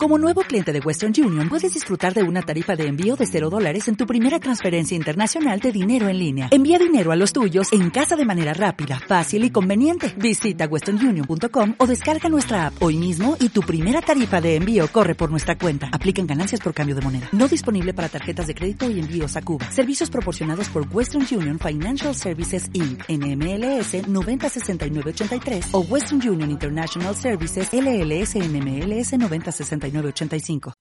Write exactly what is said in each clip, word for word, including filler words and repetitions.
Como nuevo cliente de Western Union, puedes disfrutar de una tarifa de envío de cero dólares en tu primera transferencia internacional de dinero en línea. Envía dinero a los tuyos en casa de manera rápida, fácil y conveniente. Visita western union punto com o descarga nuestra app hoy mismo y tu primera tarifa de envío corre por nuestra cuenta. Aplican ganancias por cambio de moneda. No disponible para tarjetas de crédito y envíos a Cuba. Servicios proporcionados por Western Union Financial Services incorporated. N M L S noventa sesenta y nueve ochenta y tres o Western Union International Services L L S N M L S noventa sesenta y nueve ochenta y cinco.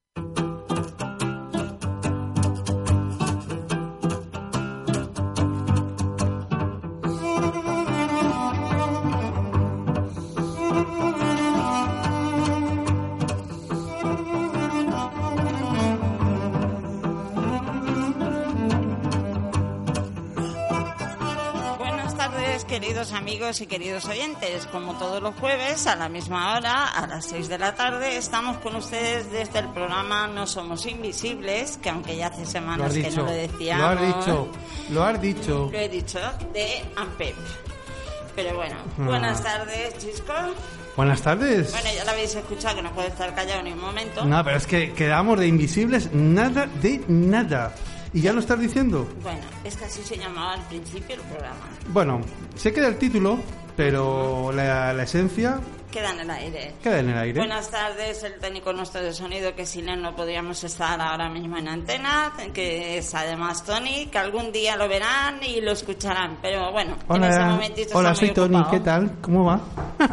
Queridos amigos y queridos oyentes, como todos los jueves a la misma hora, a las seis de la tarde, estamos con ustedes desde el programa No Somos Invisibles, que aunque ya hace semanas que no lo decíamos, lo has dicho, lo has dicho, lo he dicho, de AMPEP. Pero bueno, ah. buenas tardes, Chisco. Buenas tardes. Bueno, ya lo habéis escuchado, que no puede estar callado ni un momento. No, pero es que quedamos de invisibles, nada de nada. ¿Y ya lo estás diciendo? Bueno, es que así se llamaba al principio el programa. Bueno, se queda el título, pero la, la esencia... Queda en el aire. Queda en el aire. Buenas tardes, el técnico nuestro de sonido, que sin él no podríamos estar ahora mismo en antena, que es además Tony, que algún día lo verán y lo escucharán, pero bueno, hola, en ese momentito hola, está soy muy Tony, ocupado. ¿qué tal? ¿Cómo va?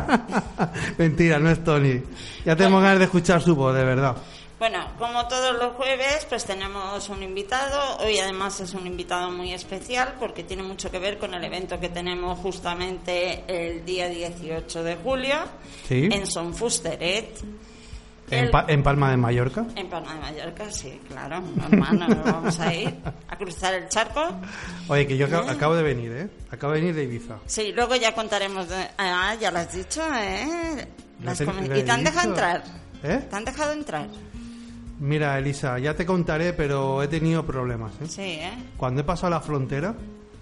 Mentira, no es Tony. Ya tengo bueno. ganas de escuchar su voz, de verdad. Bueno, como todos los jueves, pues tenemos un invitado. Hoy además es un invitado muy especial porque tiene mucho que ver con el evento que tenemos justamente el día dieciocho de julio, ¿sí?, en Son Fusteret. ¿En, el... pa- ¿En Palma de Mallorca? En Palma de Mallorca, sí, claro. Normal, no nos vamos a ir a cruzar el charco. Oye, que yo acabo, ¿Eh? acabo de venir, ¿eh? Acabo de venir de Ibiza. Sí, luego ya contaremos... De... Ah, ya lo has dicho, ¿eh? Las te, com... ¿Y te han dejado entrar? ¿Eh? ¿Te han dejado entrar? Mira, Elisa, ya te contaré, pero he tenido problemas, ¿eh? Sí, ¿eh? Cuando he pasado la frontera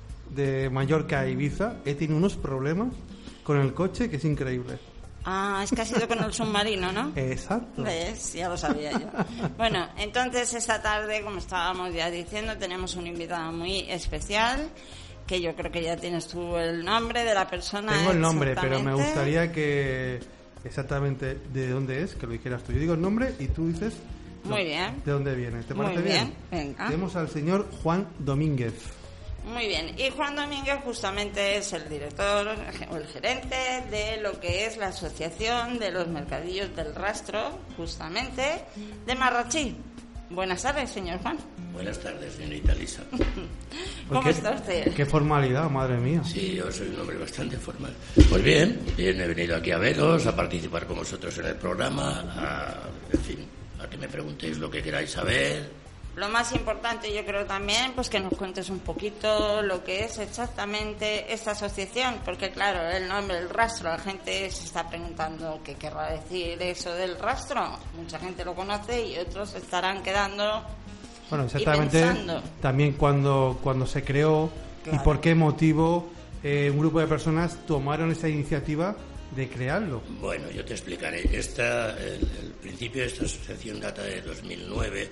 de Mallorca a Ibiza, he tenido unos problemas con el coche que es increíble. Ah, es que has ido con el submarino, ¿no? Exacto. ¿Ves? Ya lo sabía yo. Bueno, entonces esta tarde, como estábamos ya diciendo, tenemos un invitado muy especial, que yo creo que ya tienes tú el nombre de la persona. Tengo el nombre, pero me gustaría que exactamente de dónde es, que lo dijeras tú. Yo digo el nombre y tú dices... Muy bien. ¿De dónde viene? ¿Te parece Muy bien? bien? Venga. Tenemos al señor Juan Domínguez. Muy bien. Y Juan Domínguez justamente es el director o el gerente de lo que es la Asociación de los Mercadillos del Rastro, justamente, de Marratxí. Buenas tardes, señor Juan. Buenas tardes, señorita Lisa. ¿Cómo ¿Qué, está usted? Qué formalidad, madre mía. Sí, yo soy un hombre bastante formal. Pues bien, bien, he venido aquí a veros, a participar con vosotros en el programa, a, en fin, a que me preguntéis lo que queráis saber. Lo más importante, yo creo también, pues que nos cuentes un poquito lo que es exactamente esta asociación, porque claro, el nombre, el rastro, la gente se está preguntando qué querrá decir eso del rastro. Mucha gente lo conoce y otros estarán quedando... Bueno, exactamente, también cuando, cuando se creó, claro, y por qué motivo eh, un grupo de personas tomaron esta iniciativa de crearlo. Bueno, yo te explicaré. Esta, el, el principio de esta asociación data de dos mil nueve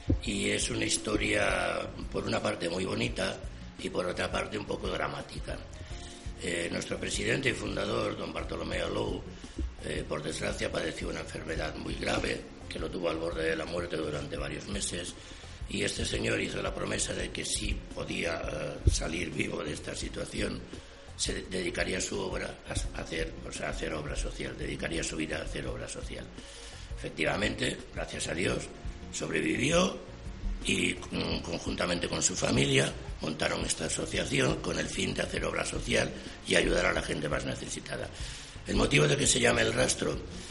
y es una historia, por una parte muy bonita y por otra parte un poco dramática. Eh, nuestro presidente y fundador, don Bartolomé Alou, eh, por desgracia padeció una enfermedad muy grave que lo tuvo al borde de la muerte durante varios meses. Y este señor hizo la promesa de que si podía uh, salir vivo de esta situación, se dedicaría su obra a hacer, o sea, a hacer obra social, dedicaría su vida a hacer obra social. Efectivamente, gracias a Dios, sobrevivió y um, conjuntamente con su familia montaron esta asociación con el fin de hacer obra social y ayudar a la gente más necesitada. El motivo de que se llame El Rastro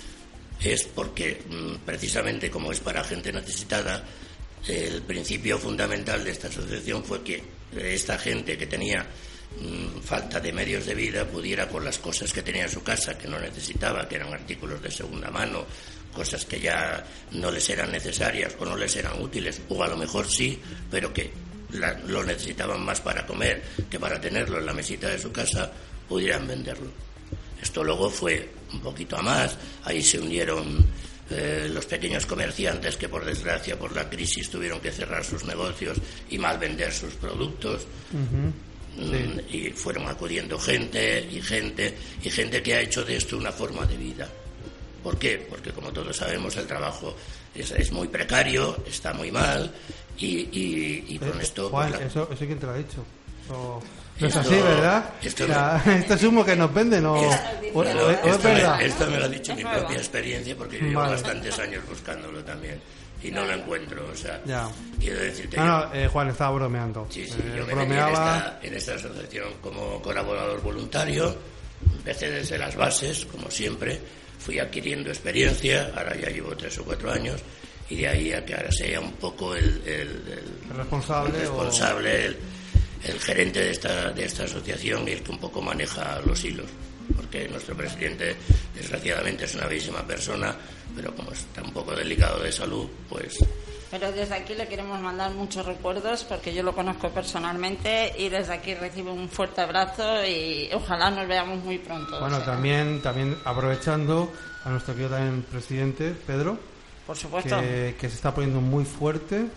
es porque, um, precisamente como es para gente necesitada, el principio fundamental de esta asociación fue que esta gente que tenía mmm, falta de medios de vida pudiera, con las cosas que tenía en su casa, que no necesitaba, que eran artículos de segunda mano, cosas que ya no les eran necesarias o no les eran útiles, o a lo mejor sí, pero que la, lo necesitaban más para comer que para tenerlo en la mesita de su casa, pudieran venderlo. Esto luego fue un poquito a más, ahí se unieron eh, los pequeños comerciantes que por desgracia por la crisis tuvieron que cerrar sus negocios y mal vender sus productos. Uh-huh. Sí. Y fueron acudiendo gente y gente y gente que ha hecho de esto una forma de vida. ¿Por qué? Porque como todos sabemos el trabajo es, es muy precario, está muy mal y, y, y con eh, esto... Juan, pues la... eso, eso quién te lo ha dicho. O... No es así, ¿verdad? Esto, o sea, me... esto es humo que nos vende, ¿no? Es, o, no, o, esto, es verdad. Me, esto me lo ha dicho mi propia experiencia porque yo llevo vale. bastantes años buscándolo también y no lo encuentro, o sea, ya. quiero decirte... No, yo, no, eh, Juan estaba bromeando. Sí, sí, eh, yo me bromeaba... metí en esta, en esta asociación como colaborador voluntario, empecé desde las bases, como siempre, fui adquiriendo experiencia, ahora ya llevo tres o cuatro años, y de ahí a que ahora sea un poco el, el, el, el responsable, el, responsable o... el, el gerente de esta, de esta asociación y el que un poco maneja los hilos, porque nuestro presidente desgraciadamente es una bellísima persona, pero como está un poco delicado de salud, pues... Pero desde aquí le queremos mandar muchos recuerdos porque yo lo conozco personalmente y desde aquí recibo un fuerte abrazo y ojalá nos veamos muy pronto. Bueno, o sea, también también aprovechando a nuestro querido también presidente, Pedro, por supuesto, que, que se está poniendo muy fuerte.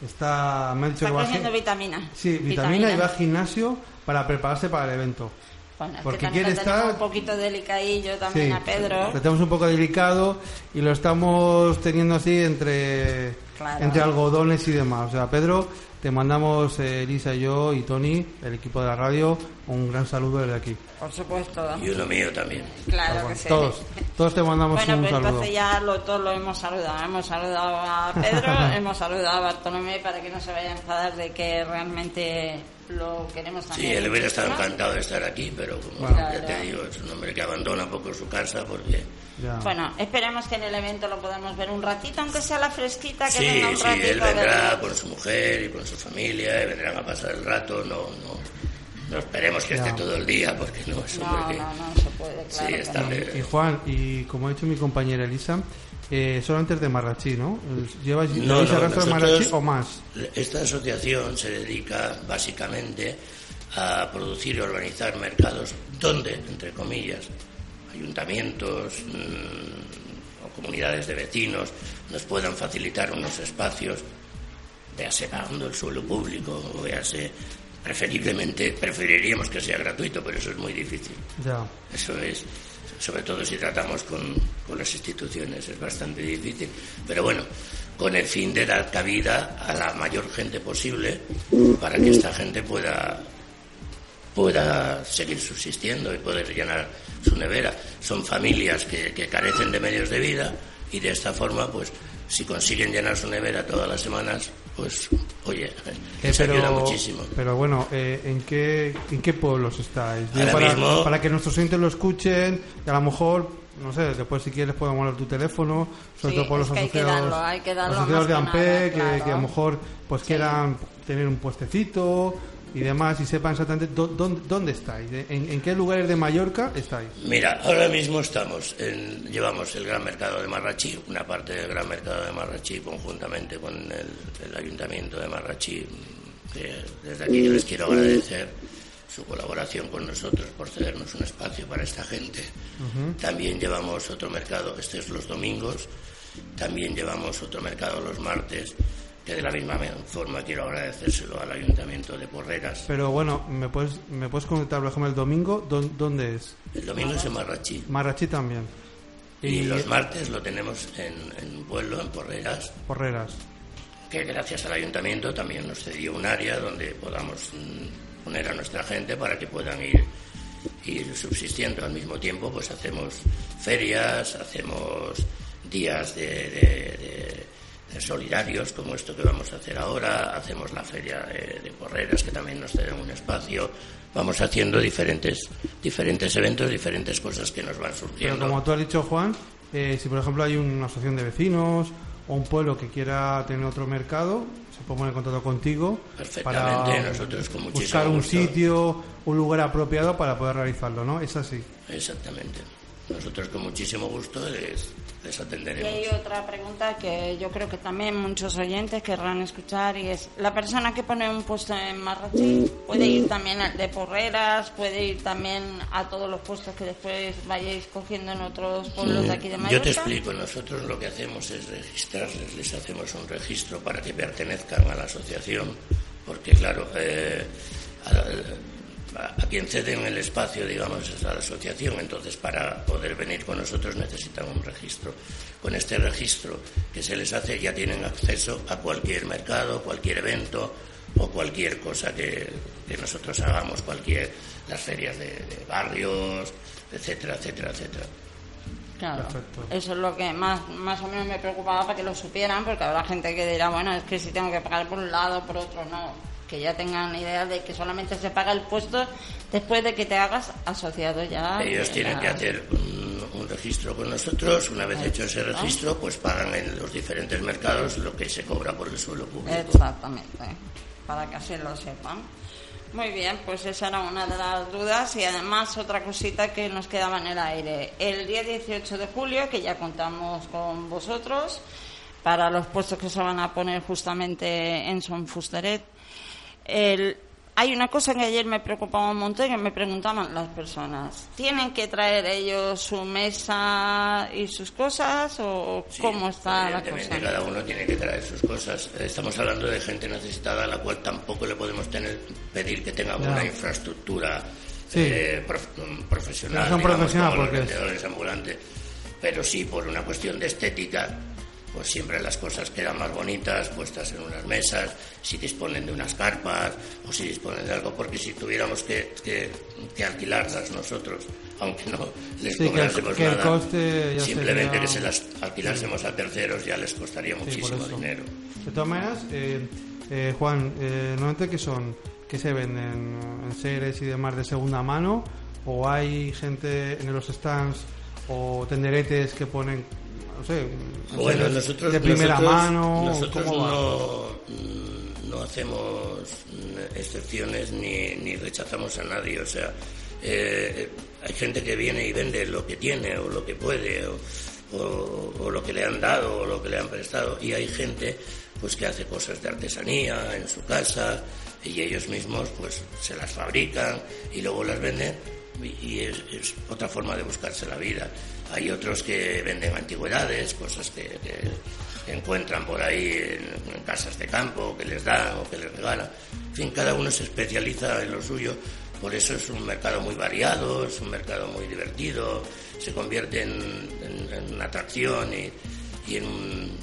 Está, me ha dicho está que cogiendo va, vitamina. Sí, vitamina, vitamina y va al gimnasio para prepararse para el evento. Bueno, es porque que quiere estar un poquito delicadillo también, sí, a Pedro. Lo tenemos un poco delicado y lo estamos teniendo así entre, claro. entre algodones y demás. O sea, Pedro, te mandamos, eh, Elisa y yo y Tony, el equipo de la radio, un gran saludo desde aquí. Por supuesto. Y uno mío también. Claro bueno, que sí. Todos, todos te mandamos bueno, un pues saludo. Entonces ya lo, todos lo hemos saludado. Hemos saludado a Pedro, hemos saludado a Bartolomé para que no se vaya a enfadar de que realmente lo queremos también. Sí, él hubiera estado encantado de estar aquí, pero como bueno, claro. ya te digo, es un hombre que abandona poco su casa porque... Ya. Bueno, esperemos que en el evento lo podamos ver un ratito, aunque sea la fresquita, que sí, venga un sí, ratito. Sí, él vendrá con su mujer y con su familia, y vendrán a pasar el rato, no, no, no esperemos que ya. esté todo el día, porque no es un no, que... no, no se puede, claro. Sí, está no. de... Y Juan, y como ha dicho mi compañera Elisa, eh, son antes de Marrachí, ¿no? ¿Lleváis no, no, arrastra de Marrachí o más? Esta asociación se dedica básicamente a producir y organizar mercados donde, entre comillas, ayuntamientos mmm, o comunidades de vecinos nos puedan facilitar unos espacios, véase pagando el suelo público, o véase, preferiblemente, preferiríamos que sea gratuito, pero eso es muy difícil. Ya. Eso es, sobre todo si tratamos con, con las instituciones, es bastante difícil. Pero bueno, con el fin de dar cabida a la mayor gente posible para que esta gente pueda pueda seguir subsistiendo y poder llenar su nevera. Son familias que, que carecen de medios de vida y de esta forma, pues, si consiguen llenar su nevera todas las semanas, pues, oye, les eh, pero, ayuda muchísimo. Pero bueno, eh, ¿en qué en qué pueblos estáis? Ahora para, mismo, para que nuestros oyentes lo escuchen y a lo mejor, no sé, después si quieres podemos dar tu teléfono, sobre sí, todo por los es que asociados, hay que darlo, hay que darlo asociados de AMPE, nada, que, claro. que a lo mejor pues sí. quieran tener un puestecito y demás, y sepan exactamente dónde, dónde estáis, en, en qué lugares de Mallorca estáis. Mira, ahora mismo estamos, en, llevamos el Gran Mercado de Marrachí, una parte del Gran Mercado de Marrachí conjuntamente con el, el Ayuntamiento de Marrachí, que desde aquí yo les quiero agradecer su colaboración con nosotros por cedernos un espacio para esta gente. Uh-huh. También llevamos otro mercado, este es los domingos, también llevamos otro mercado los martes, que de la misma forma quiero agradecérselo al Ayuntamiento de Porreras. Pero bueno, ¿me puedes me puedes comentar, por ejemplo, el domingo ¿dónde es? El domingo es en Marrachí. Marrachí también. Y, y los martes lo tenemos en, en un pueblo, en Porreras. Porreras. Que gracias al Ayuntamiento también nos cedió un área donde podamos mm, poner a nuestra gente para que puedan ir, ir subsistiendo. Al mismo tiempo, pues hacemos ferias, hacemos días de... de, de solidarios como esto que vamos a hacer ahora, hacemos la feria de, de Porreras que también nos ceden un espacio, vamos haciendo diferentes diferentes eventos, diferentes cosas que nos van surgiendo. Pero como tú has dicho, Juan, eh, si por ejemplo hay una asociación de vecinos o un pueblo que quiera tener otro mercado, se puede poner en contacto contigo perfectamente, para nosotros con muchísimo buscar un gusto. sitio, un lugar apropiado para poder realizarlo, ¿no? Es así. Exactamente. nosotros con muchísimo gusto les, les atenderemos. Y hay otra pregunta que yo creo que también muchos oyentes querrán escuchar, y es: ¿la persona que pone un puesto en Marratxí puede ir también al de Porreras, puede ir también a todos los puestos que después vayáis cogiendo en otros pueblos de aquí de Mallorca? Yo te explico, nosotros lo que hacemos es registrarles, les hacemos un registro para que pertenezcan a la asociación, porque claro, eh, a, a quien ceden el espacio, digamos, es a la asociación, entonces para poder venir con nosotros necesitan un registro. Con este registro que se les hace ya tienen acceso a cualquier mercado, cualquier evento o cualquier cosa que, que nosotros hagamos, cualquier, las ferias de, de barrios, etcétera, etcétera, etcétera. Claro, perfecto. Eso es lo que más, más o menos me preocupaba, para que lo supieran, porque habrá gente que dirá, bueno, es que si tengo que pagar por un lado, por otro, no. Que ya tengan idea de que solamente se paga el puesto después de que te hagas asociado ya. Ellos tienen la... que hacer un, un registro con nosotros. Una vez hecho ese registro, pues pagan en los diferentes mercados lo que se cobra por el suelo público. Exactamente, para que así lo sepan. Muy bien, pues esa era una de las dudas. Y además otra cosita que nos quedaba en el aire: el día dieciocho de julio, que ya contamos con vosotros para los puestos que se van a poner justamente en Son Fusteret. El, hay una cosa que ayer me preocupaba un montón, que me preguntaban las personas: ¿tienen que traer ellos su mesa y sus cosas o sí, cómo está la cosa? Cada uno tiene que traer sus cosas. Estamos hablando de gente necesitada a la cual tampoco le podemos tener, pedir que tenga no. una infraestructura sí. eh, prof, profesional, no son digamos, profesionales como porque los vendedores ambulantes, pero sí por una cuestión de estética. Pues siempre las cosas quedan más bonitas puestas en unas mesas, si disponen de unas carpas o si disponen de algo, porque si tuviéramos que, que, que alquilarlas nosotros, aunque no les sí, cobrásemos que el, nada, que el coste ya simplemente sería... que se las alquilásemos sí. a terceros ya les costaría muchísimo sí, dinero. De todas maneras, eh, eh, Juan, eh, ¿normalmente qué son? ¿Qué se venden? ¿En seres y demás de segunda mano? ¿O hay gente en los stands o tenderetes que ponen... no sé, bueno, nosotros, de primera nosotros, mano? Nosotros no, no hacemos excepciones ni, ni rechazamos a nadie. O sea, eh, hay gente que viene y vende lo que tiene o lo que puede o, o, o lo que le han dado o lo que le han prestado, y hay gente pues que hace cosas de artesanía en su casa y ellos mismos pues se las fabrican y luego las venden, y es, es otra forma de buscarse la vida. Hay otros que venden antigüedades, cosas que, que encuentran por ahí en, en casas de campo, que les dan o que les regalan. En fin, cada uno se especializa en lo suyo. Por eso es un mercado muy variado, es un mercado muy divertido, se convierte en, en, en una atracción y, y en, un,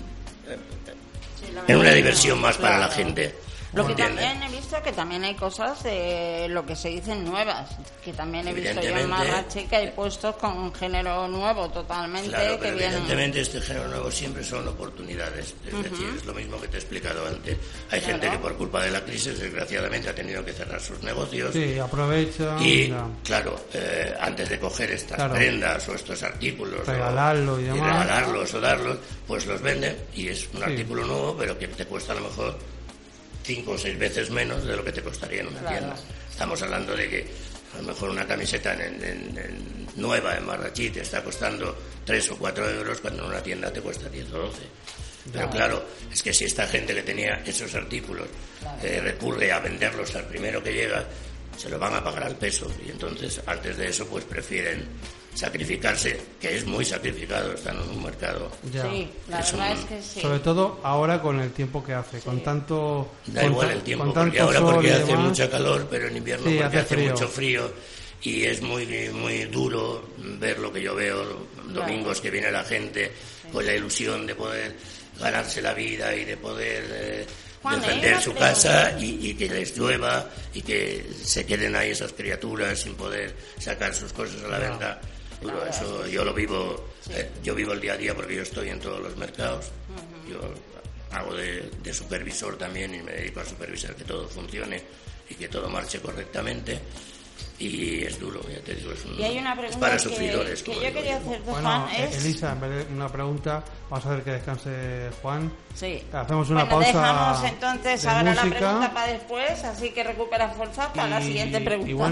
sí, en una diversión más claro. para la gente. Lo que también he visto que también hay cosas de lo que se dicen nuevas, que también he visto yo en Marratxí que hay puestos con género nuevo totalmente. Claro, que pero vienen... evidentemente este género nuevo siempre son oportunidades, es uh-huh. decir, es lo mismo que te he explicado antes. Hay claro. gente que por culpa de la crisis desgraciadamente ha tenido que cerrar sus negocios. Sí, aprovecha. Y no. claro, eh, antes de coger estas claro. prendas o estos artículos regalarlo o, y, y regalarlos o darlos, pues los venden y es un sí. artículo nuevo, pero que te cuesta a lo mejor cinco o seis veces menos de lo que te costaría en una claro. tienda. Estamos hablando de que a lo mejor una camiseta en, en, en nueva en Marratxí te está costando tres o cuatro euros cuando en una tienda te cuesta diez o doce. Pero claro, es que si esta gente que tenía esos artículos claro. eh, recurre a venderlos al primero que llega, se lo van a pagar al peso, y entonces antes de eso pues prefieren sacrificarse, que es muy sacrificado, están en un mercado. Ya. Sí, la es verdad un... es que sí. Sobre todo ahora con el tiempo que hace, sí. con tanto... Da con igual ta- el tiempo, porque ahora porque hace demás, mucha calor, pero en invierno sí, porque hace, hace frío. mucho frío, y es muy muy duro ver lo que yo veo, domingos claro. que viene la gente sí. con la ilusión de poder ganarse la vida y de poder... Eh, Juan, defender ¿eh? su casa y, y que les llueva y que se queden ahí esas criaturas sin poder sacar sus cosas a la claro. venta. Pero eso yo lo vivo, sí. eh, yo vivo el día a día porque yo estoy en todos los mercados. Uh-huh. Yo hago de, de supervisor también y me dedico a supervisar que todo funcione y que todo marche correctamente. Y es duro, ya te digo, es, un, y hay una pregunta es para que, sufridores. Que yo quería hacer de bueno, Juan es... Elisa, en vez de una pregunta, vamos a hacer que descanse Juan. Sí. Hacemos una bueno, pausa. Dejamos entonces de ahora música. la pregunta para después, así que recupera fuerza para y, la siguiente pregunta. Y bueno,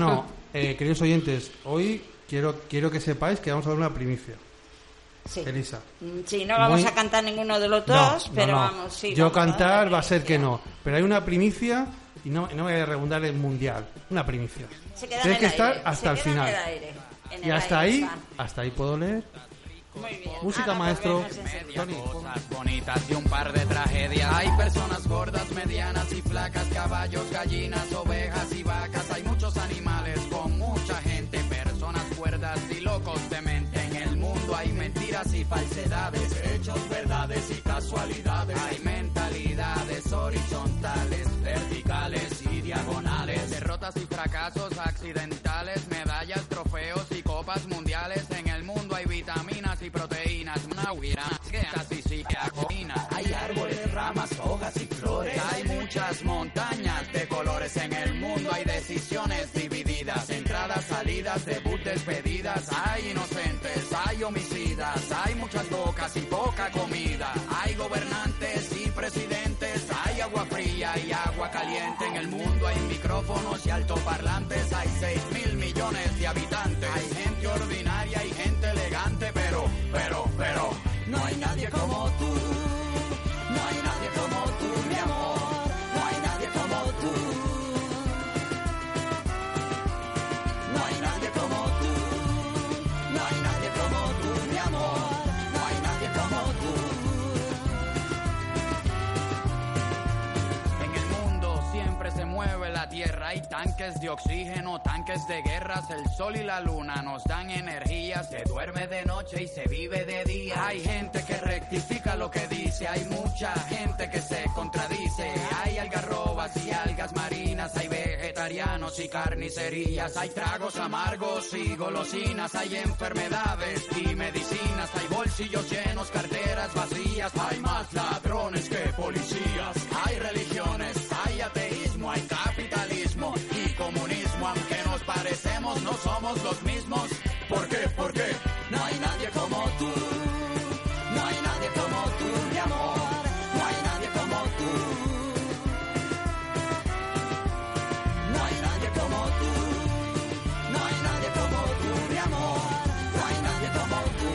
eh, queridos oyentes, hoy quiero quiero que sepáis que vamos a dar una primicia. Sí. Elisa. Sí, no vamos Muy... a cantar ninguno de los dos, no, pero no, no. vamos, sí. Yo vamos cantar va a ser que no, pero hay una primicia y no, no voy a redundar en mundial, una primicia. Tienes que estar aire, hasta el final. En el aire, en y hasta ahí, están. hasta ahí puedo leer. Muy bien. Música, Ana, maestro. Tony. Cosas bonitas y un par de tragedias. Hay personas gordas, medianas y flacas, caballos, gallinas, ovejas y vacas. Hay muchos animales con mucha gente, personas cuerdas y locos de mente. En el mundo hay mentiras y falsedades, hechos, verdades y casualidades. Hay mentalidades horizontales, verticales y diagonales. Derrotas y fracasos accidentales, medallas, trofeos y copas mundiales. En el mundo hay vitaminas y proteínas, hay árboles, ramas, hojas y flores. Hay muchas montañas de colores. En el mundo hay decisiones divididas, entradas, salidas, debut, despedidas. Hay inocentes, hay homicidas, hay muchas bocas y poca comida. Hay gobernantes y presidentes, hay agua fría y agua caliente. En el mundo hay micrófonos y altoparlantes. Hay seis mil millones de habitantes. Hay gente ordinaria y gente elegante, pero, pero, pero no hay nadie como tú. No hay nadie como tú, mi amor. No hay nadie como tú. No hay nadie como tú. No hay nadie como tú, mi amor. No hay nadie como tú. En el mundo siempre se mueve la tierra. Hay tanques de oxígeno, tanques de guerras. El sol y la luna nos dan energía. Se duerme de noche y se vive de día. Hay gente que rectifica lo que dice. Hay mucha gente que se contradice. Hay algarrobas y algas marinas. Hay vegetarianos y carnicerías. Hay tragos amargos y golosinas. Hay enfermedades y medicinas. Hay bolsillos llenos, carteras vacías. Hay más ladrones que policías. Hay religiones, hay ateísmo, hay capitalismo y comunismo. Aunque nos parecemos, no somos los mismos. ¿Por qué? ¿Por qué? No hay nadie como tú. No hay nadie como tú, mi amor. No hay nadie como tú. No hay nadie como tú. No hay nadie como tú, mi amor. No hay nadie como tú.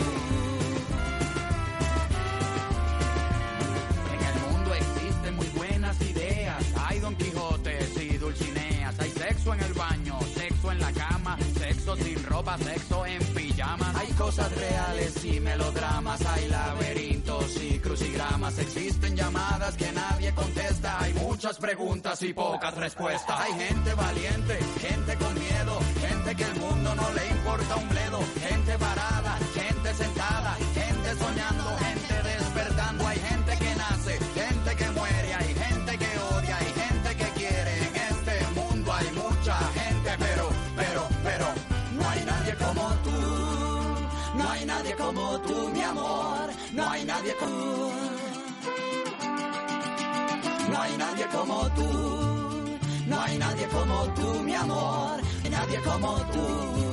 En el mundo existen muy buenas ideas. Hay Don Quijotes y Dulcineas. Hay sexo en el baño, sexo en la cama, sexo sin ropa, sexo en pijamas. Hay cosas reales y melodramas. Hay laberintos y crucigramas. Existen llamadas que nadie contesta. Hay muchas preguntas y pocas respuestas. Hay gente valiente, gente con miedo, gente que el mundo no le importa un bledo. Gente parada, gente sentada, gente soñando, gente despertando. Hay gente que nace, gente que muere. Hay gente que odia, hay gente que quiere. En este mundo hay mucha gente, pero, pero, pero no hay nadie como tú. No hay nadie como tú, mi amor. No hay nadie como tú. No hay nadie como tú. No hay nadie como tú, mi amor. No hay nadie como tú.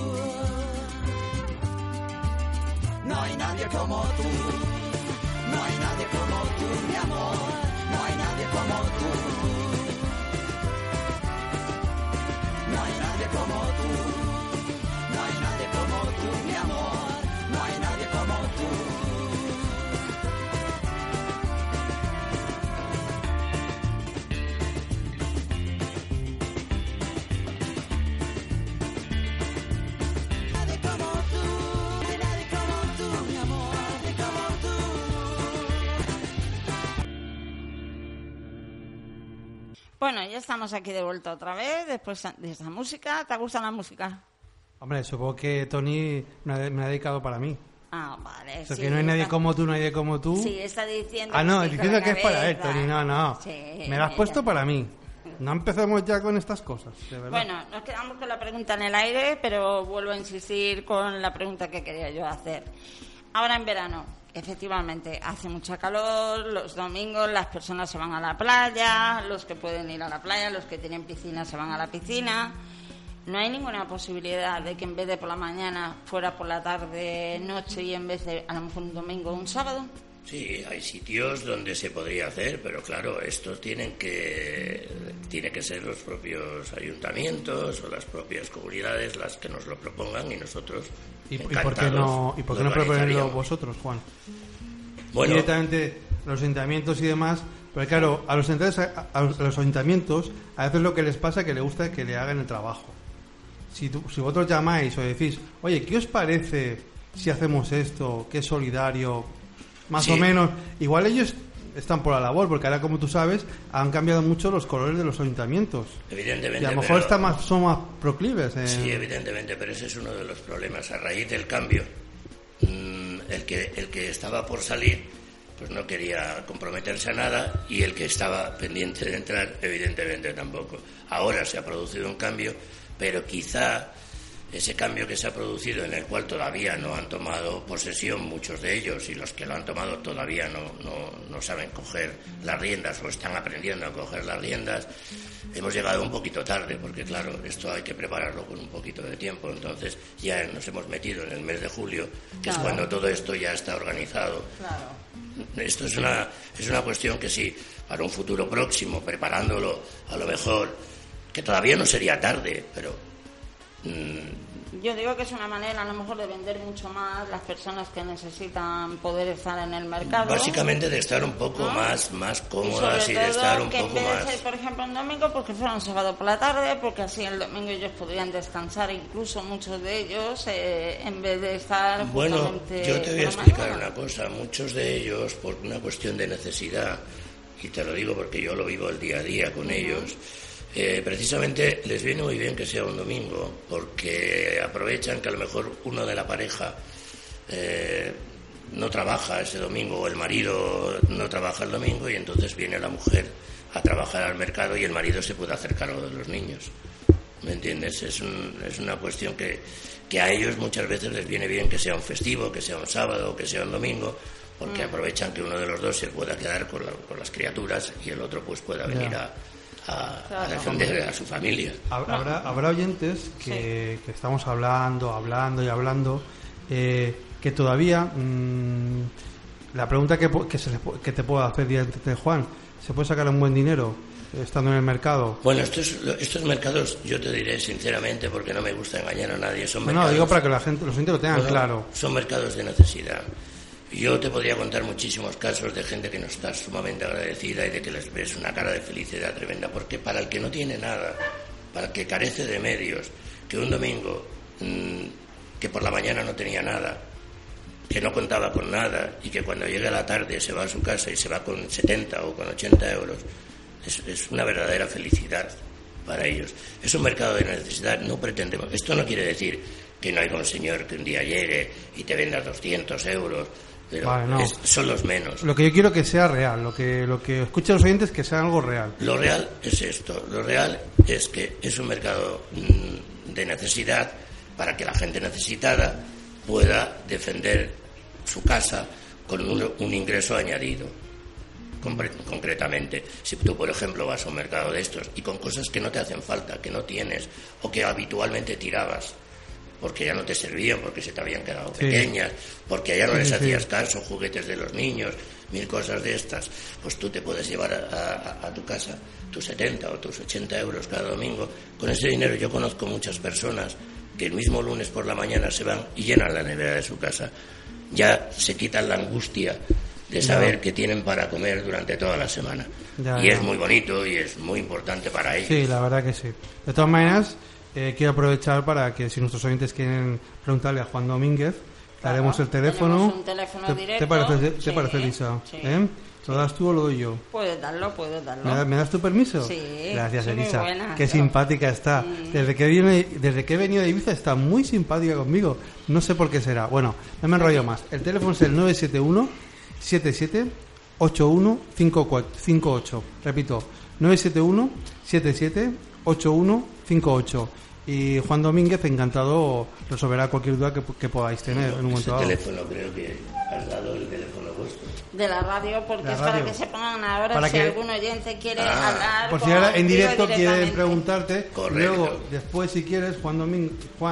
No hay nadie como tú. No hay nadie como tú, mi amor. No hay nadie como tú. No hay nadie como tú. No hay nadie como tú, mi amor. No hay nadie como tú. Bueno, ya estamos aquí de vuelta otra vez, después de esa música. ¿Te gusta la música? Hombre, supongo que Tony me ha, me ha dedicado para mí. Ah, vale. O sea, sí, que no hay nadie está... como tú, no hay nadie como tú. Sí, está diciendo... Ah, no, que sí, diciendo que es para él, cabeza. Tony. No, no. Sí, me lo has puesto para mí. No empecemos ya con estas cosas, de verdad. Bueno, nos quedamos con la pregunta en el aire, pero vuelvo a insistir con la pregunta que quería yo hacer. Ahora en verano, efectivamente, hace mucha calor, los domingos las personas se van a la playa, los que pueden ir a la playa, los que tienen piscina se van a la piscina. ¿No hay ninguna posibilidad de que en vez de por la mañana fuera por la tarde, noche y en vez de a lo mejor un domingo un sábado? Sí, hay sitios donde se podría hacer, pero claro, estos tienen que tiene que ser los propios ayuntamientos o las propias comunidades las que nos lo propongan y nosotros ¿Y, ¿y por qué no y por qué no proponerlo vosotros, Juan? Bueno, directamente los ayuntamientos y demás, pero claro, a los, a, a los ayuntamientos a veces lo que les pasa es que les gusta que le hagan el trabajo. Si, tú, si vosotros llamáis o decís, oye, ¿qué os parece si hacemos esto? ¿Qué es solidario? Más sí. o menos, igual ellos están por la labor, porque ahora, como tú sabes, han cambiado mucho los colores de los ayuntamientos. Evidentemente. Y a lo mejor pero... está más, son más proclives. En... Sí, evidentemente, pero ese es uno de los problemas. A raíz del cambio, mmm, el que el que estaba por salir, pues no quería comprometerse a nada, y el que estaba pendiente de entrar, evidentemente tampoco. Ahora se ha producido un cambio, pero quizá ese cambio que se ha producido, en el cual todavía no han tomado posesión muchos de ellos, y los que lo han tomado todavía no, no, no saben coger las riendas o están aprendiendo a coger las riendas, hemos llegado un poquito tarde, porque claro, esto hay que prepararlo con un poquito de tiempo. Entonces ya nos hemos metido en el mes de julio, que claro. es cuando todo esto ya está organizado. Claro. Esto es una, es una cuestión que sí, para un futuro próximo, preparándolo, a lo mejor, que todavía no sería tarde, pero... Yo digo que es una manera a lo mejor de vender mucho más las personas que necesitan poder estar en el mercado. Básicamente de estar un poco ¿no? más más cómodas y, y de estar un que poco en vez más... de ser, por ejemplo, un domingo, porque fuera un sábado por la tarde, porque así el domingo ellos podrían descansar, incluso muchos de ellos, eh, en vez de estar bueno, justamente... yo te voy a explicar una cosa. Muchos de ellos, por una cuestión de necesidad, y te lo digo porque yo lo vivo el día a día con uh-huh. ellos... Eh, precisamente les viene muy bien que sea un domingo, porque aprovechan que a lo mejor uno de la pareja eh, no trabaja ese domingo, o el marido no trabaja el domingo, y entonces viene la mujer a trabajar al mercado y el marido se puede hacer cargo de los niños. ¿Me entiendes? Es, un, es una cuestión que, que a ellos muchas veces les viene bien que sea un festivo, que sea un sábado, que sea un domingo, porque mm. aprovechan que uno de los dos se pueda quedar con, la, con las criaturas y el otro pues pueda venir yeah. a A, a defender a su familia. Habrá, habrá oyentes que, sí. que estamos hablando, hablando y hablando, eh, que todavía mmm, la pregunta que, que, se le, que te puedo hacer de Juan, ¿se puede sacar un buen dinero estando en el mercado? Bueno, estos, estos mercados, yo te diré sinceramente, porque no me gusta engañar a nadie, son mercados... No, digo para que la gente, los oyentes lo tengan bueno, claro. Son mercados de necesidad. Yo te podría contar muchísimos casos de gente que no está sumamente agradecida y de que les ves una cara de felicidad tremenda, porque para el que no tiene nada, para el que carece de medios, que un domingo, mmm, que por la mañana no tenía nada, que no contaba con nada, y que cuando llega la tarde se va a su casa y se va con setenta o con ochenta euros, es, es una verdadera felicidad para ellos. Es un mercado de necesidad, no pretendemos... Esto no quiere decir que no haya un señor que un día llegue y te venda doscientos euros, pero vale, no. es, son los menos. Lo que yo quiero que sea real, lo que lo que escuchen los oyentes, que sea algo real. Lo real es esto, lo real es que es un mercado mmm, de necesidad, para que la gente necesitada pueda defender su casa con un, un ingreso añadido. Concretamente, si tú por ejemplo vas a un mercado de estos y con cosas que no te hacen falta, que no tienes o que habitualmente tirabas porque ya no te servían, porque se te habían quedado sí. pequeñas, porque ya no les sí, hacías sí. caso, juguetes de los niños, mil cosas de estas, pues tú te puedes llevar a, a, a tu casa tus setenta o tus ochenta euros cada domingo. Con ese dinero yo conozco muchas personas que el mismo lunes por la mañana se van y llenan la nevera de su casa. Ya se quitan la angustia de saber ya. que tienen para comer durante toda la semana. Ya, y ya. es muy bonito y es muy importante para ellos. Sí, la verdad que sí. De todas maneras, eh, quiero aprovechar para que si nuestros oyentes quieren preguntarle a Juan Domínguez, le claro, haremos el teléfono. Un teléfono ¿Te, directo. ¿Te parece, sí, ¿te parece Elisa? Sí. ¿Eh? ¿Lo das tú o lo doy yo? Puedes darlo, puedes darlo. ¿Me das, ¿me das tu permiso? Sí. Gracias, sí, Elisa. Buena, Qué ¿no? simpática está. Sí. Desde que viene, desde que he venido de Ibiza está muy simpática conmigo. No sé por qué será. Bueno, no me enrollo más. El teléfono es el nueve siete uno siete siete ocho uno cinco ocho. Repito, nueve siete uno siete siete ocho uno cinco ocho. Y Juan Domínguez, encantado, resolverá cualquier duda que, que podáis tener no, en un momento dado. El teléfono, creo que has dado el teléfono vuestro. De la radio, porque la es radio. Para que se pongan ahora para si que... algún oyente quiere ah, hablar. Por si ahora en directo quieren preguntarte. Correcto. Luego, después, si quieres, Juan Domínguez, Juan,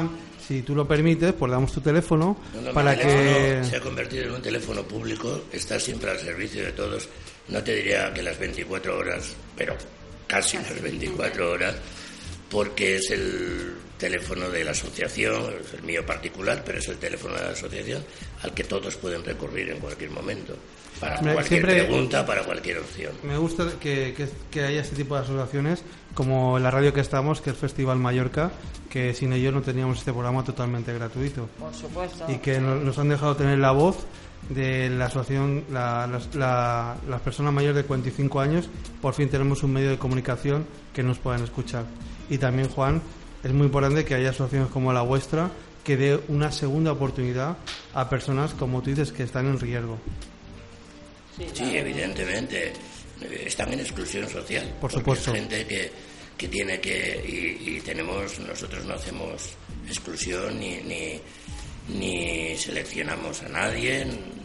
si tú lo permites, pues damos tu teléfono no, no, para mi que... teléfono se ha convertido en un teléfono público, está siempre al servicio de todos. No te diría que las veinticuatro horas, pero casi las veinticuatro horas, porque es el teléfono de la asociación, es el mío particular, pero es el teléfono de la asociación al que todos pueden recurrir en cualquier momento, para me, cualquier siempre, pregunta, para cualquier opción. Me gusta que, que, que haya este tipo de asociaciones, como la radio que estamos, que es Festival Mallorca, que sin ellos no teníamos este programa totalmente gratuito. Por supuesto. Y que nos, nos han dejado tener la voz de la asociación, la, la, la, las personas mayores de cuarenta y cinco años. Por fin tenemos un medio de comunicación que nos puedan escuchar. Y también, Juan, es muy importante que haya asociaciones como la vuestra que dé una segunda oportunidad a personas, como tú dices, que están en riesgo. Sí, sí, evidentemente están en exclusión social. Por supuesto. Es gente que, que tiene que y, y tenemos nosotros no hacemos exclusión ni, ni ni seleccionamos a nadie,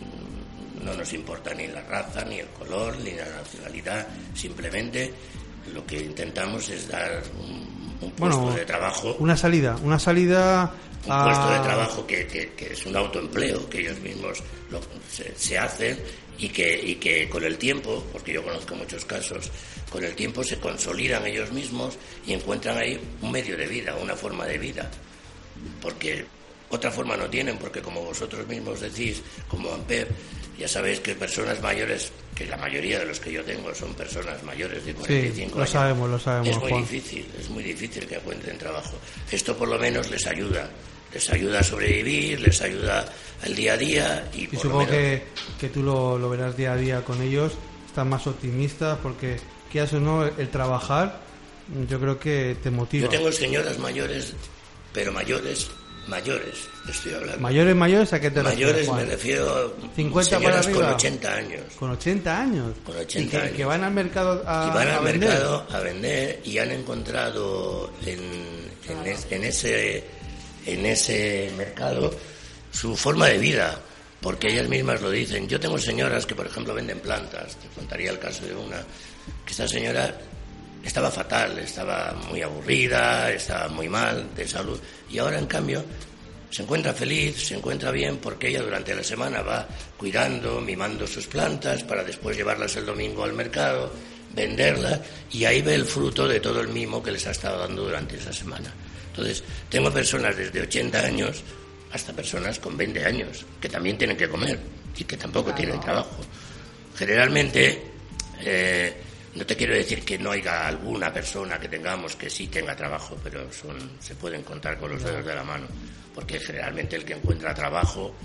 no nos importa ni la raza, ni el color, ni la nacionalidad, simplemente lo que intentamos es dar un, un puesto bueno, de trabajo. Una salida, una salida Un a... puesto de trabajo que, que, que es un autoempleo, que ellos mismos lo, se, se hacen y que, y que con el tiempo, porque yo conozco muchos casos, con el tiempo se consolidan ellos mismos y encuentran ahí un medio de vida, una forma de vida. Porque otra forma no tienen, porque como vosotros mismos decís, como AMPEP, ya sabéis que personas mayores, que la mayoría de los que yo tengo son personas mayores de cuarenta y cinco sí, lo años. sabemos, lo sabemos, es muy Juan. difícil, es muy difícil que encuentren trabajo. Esto por lo menos les ayuda, les ayuda a sobrevivir, les ayuda al día a día. Y, y por supongo lo menos... que, que tú lo, lo verás día a día con ellos, están más optimistas, porque quieras o no, el, el trabajar, yo creo que te motiva. Yo tengo señoras mayores, pero mayores... Mayores, estoy hablando. ¿Mayores, mayores? ¿A qué te refieres, Mayores me refiero a cincuenta para arriba, con ochenta años. ¿Con ochenta años? Con ochenta ¿Y que, años. que van al mercado a, y van al a vender? mercado a vender y han encontrado en, en, es, en, ese, en ese mercado su forma de vida, porque ellas mismas lo dicen. Yo tengo señoras que, por ejemplo, venden plantas. Te contaría el caso de una, que esta señora estaba fatal, estaba muy aburrida, estaba muy mal de salud, y ahora en cambio se encuentra feliz, se encuentra bien, porque ella durante la semana va cuidando, mimando sus plantas para después llevarlas el domingo al mercado, venderlas, y ahí ve el fruto de todo el mimo que les ha estado dando durante esa semana. Entonces, tengo personas desde ochenta años hasta personas con veinte años que también tienen que comer y que tampoco claro. tienen trabajo. Generalmente eh, no te quiero decir que no haya alguna persona que tengamos que sí tenga trabajo, pero son, se pueden contar con los dedos de la mano, porque generalmente el que encuentra trabajo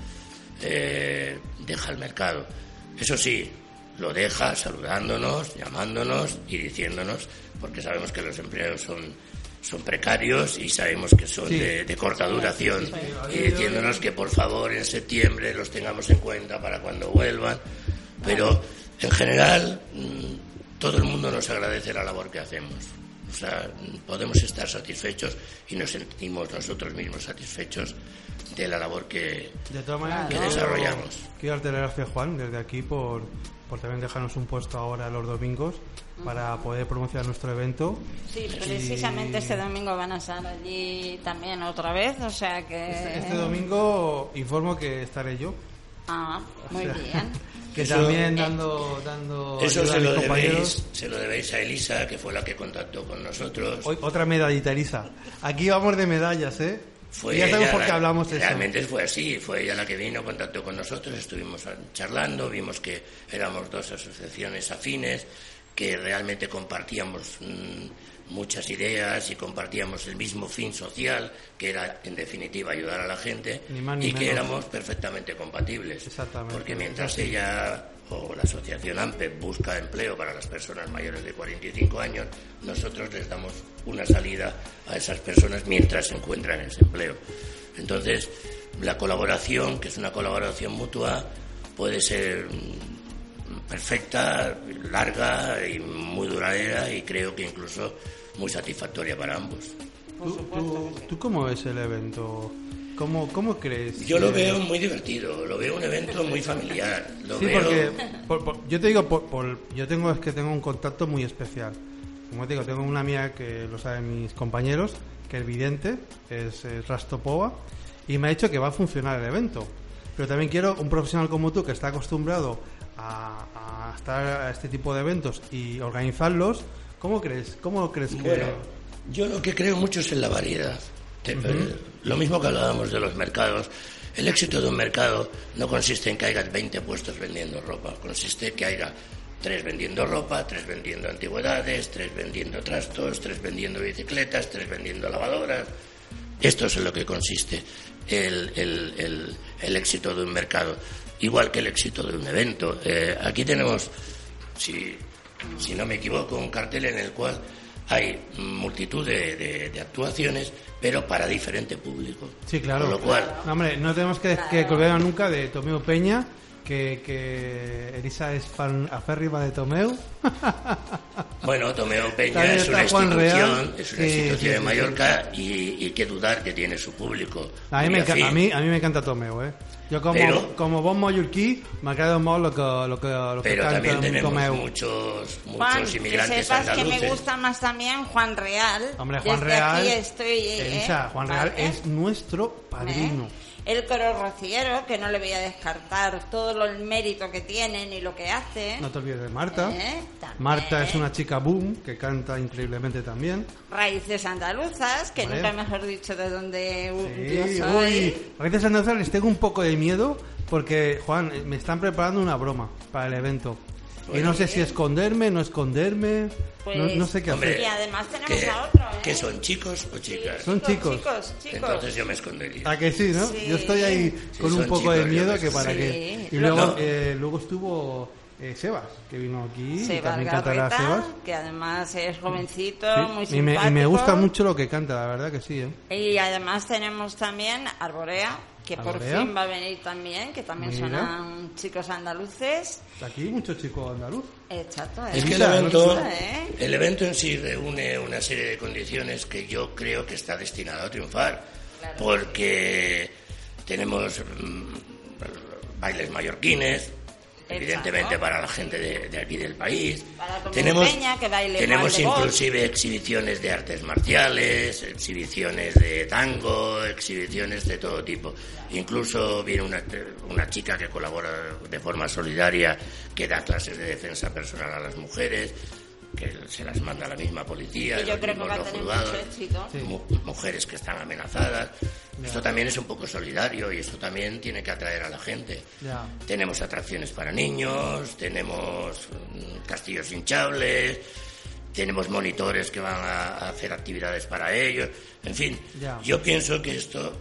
eh, deja el mercado. Eso sí, lo deja saludándonos, llamándonos y diciéndonos, porque sabemos que los empleos son, son precarios y sabemos que son sí. de, de corta duración, sí, sí, sí. y diciéndonos que por favor en septiembre los tengamos en cuenta para cuando vuelvan, pero en general todo el mundo nos agradece la labor que hacemos. O sea, podemos estar satisfechos y nos sentimos nosotros mismos satisfechos de la labor que, de todas maneras, que yo desarrollamos. Quiero darte las gracias, Juan, desde aquí por, por también dejarnos un puesto ahora los domingos para poder promocionar nuestro evento. Sí, precisamente y... este domingo van a estar allí también otra vez, o sea que... Este, este domingo informo que estaré yo. Ah, muy o sea, bien. Que eso, también dando, dando eso ayuda se a mis lo compañeros. Debéis, se lo debéis a Elisa, que fue la que contactó con nosotros. Hoy, otra medallita, Elisa. Aquí vamos de medallas, ¿eh? Fue y ya sabemos por qué la, hablamos de realmente eso. Fue así, fue ella la que vino, contactó con nosotros, estuvimos charlando, vimos que éramos dos asociaciones afines, que realmente compartíamos mmm, muchas ideas y compartíamos el mismo fin social, que era en definitiva ayudar a la gente, ni más, ni y que menos. éramos perfectamente compatibles. Exactamente. Porque mientras ella o la asociación AMPEP busca empleo para las personas mayores de cuarenta y cinco años, nosotros les damos una salida a esas personas mientras se encuentran ese empleo. Entonces, la colaboración, que es una colaboración mutua, puede ser perfecta, larga y muy duradera, y creo que incluso muy satisfactoria para ambos. ¿Tú, tú, ¿tú cómo ves el evento? ¿Cómo, ¿Cómo crees? Yo lo veo muy divertido, lo veo un evento muy familiar. Lo sí, veo... porque por, por, yo te digo, por, por, yo tengo es que tengo un contacto muy especial como te digo, tengo una amiga que lo saben mis compañeros, que es vidente, es, es Rastopova, y me ha dicho que va a funcionar el evento. Pero también quiero un profesional como tú, que está acostumbrado a, a estar a este tipo de eventos y organizarlos. ¿Cómo crees? ¿Cómo crees que...? Bueno, yo lo que creo mucho es en la variedad. Uh-huh. Lo mismo que hablábamos de los mercados. El éxito de un mercado no consiste en que haya veinte puestos vendiendo ropa, consiste en que haya tres vendiendo ropa, tres vendiendo antigüedades, tres vendiendo trastos, tres vendiendo bicicletas, tres vendiendo lavadoras. Esto es en lo que consiste el, el, el, el éxito de un mercado, igual que el éxito de un evento. Eh, aquí tenemos, si, si no me equivoco, un cartel en el cual hay multitud de, de, de actuaciones, pero para diferente público. Sí, claro. Con lo cual, no, hombre, no tenemos que, que colgar nunca de Tomeu Peña, que, que Elisa es fan aférrima de Tomeu. Bueno, Tomeu Peña es una institución, Real, es una sí, institución sí, de Mallorca sí, sí. Y, y que dudar que tiene su público. A mí, me encanta, a mí, a mí me encanta Tomeu, ¿eh? Yo como, pero, como bon mallorquí me queda más lo que, lo que, lo que pero canta también tenemos Tomeu. muchos, muchos Juan, inmigrantes que sepas andaluces. Que me gusta más también Juan Real. Hombre, Juan Desde Real, aquí estoy, Elisa, ¿eh? Juan Real ¿Vale? es nuestro padrino. ¿Eh? El coro rociero, que no le voy a descartar todo el mérito que tiene ni lo que hace. No te olvides de Marta. ¿Eh? Marta es una chica boom, que canta increíblemente también. Raíces andaluzas, que vale. Nunca mejor dicho de donde sí, yo soy. Uy, Raíces andaluzas les tengo un poco de miedo porque, Juan, me están preparando una broma para el evento. Bueno, y no sé ¿eh? si esconderme, no esconderme, pues, no, no sé qué hombre, hacer. Y además tenemos ¿qué, a otro, ¿eh? ¿Qué son, chicos o chicas? Sí, son chicos. chicos, chicos. Entonces yo me escondería. ¿A que sí, no? Sí. Yo estoy ahí Sí, con un poco chicos, de miedo que para sí. qué. Y luego, no. eh, luego estuvo eh, Sebas, que vino aquí, Sebas y también cantará Garreta, Sebas. que además es jovencito, Sí. muy y, simpático. me, y me gusta mucho lo que canta, la verdad que sí, ¿eh? Y además tenemos también Arborea, que Arborea. por fin va a venir también, que también Mira. son chicos andaluces. Aquí hay muchos chicos andaluz. Exacto. Es que el Elisa, evento, Elisa, ¿eh? el evento en sí reúne una serie de condiciones que yo creo que está destinado a triunfar, Claro. porque tenemos mm, bailes mallorquines, evidentemente Exacto. para la gente de, de aquí del país. Para Tomeu Tenemos, Peña, que baile tenemos mal de voz. inclusive exhibiciones de artes marciales, exhibiciones de tango, exhibiciones de todo tipo. Incluso viene una, una chica que colabora de forma solidaria, que da clases de defensa personal a las mujeres, que se las manda la misma policía, Y yo los creo que mismos va a los tener juzgados, mucho éxito. Sí. mu- mujeres que están amenazadas. Esto también es un poco solidario y esto también tiene que atraer a la gente. Ya. Tenemos atracciones para niños, tenemos mm, castillos hinchables, tenemos monitores que van a, a hacer actividades para ellos. En fin, Ya. yo pienso que esto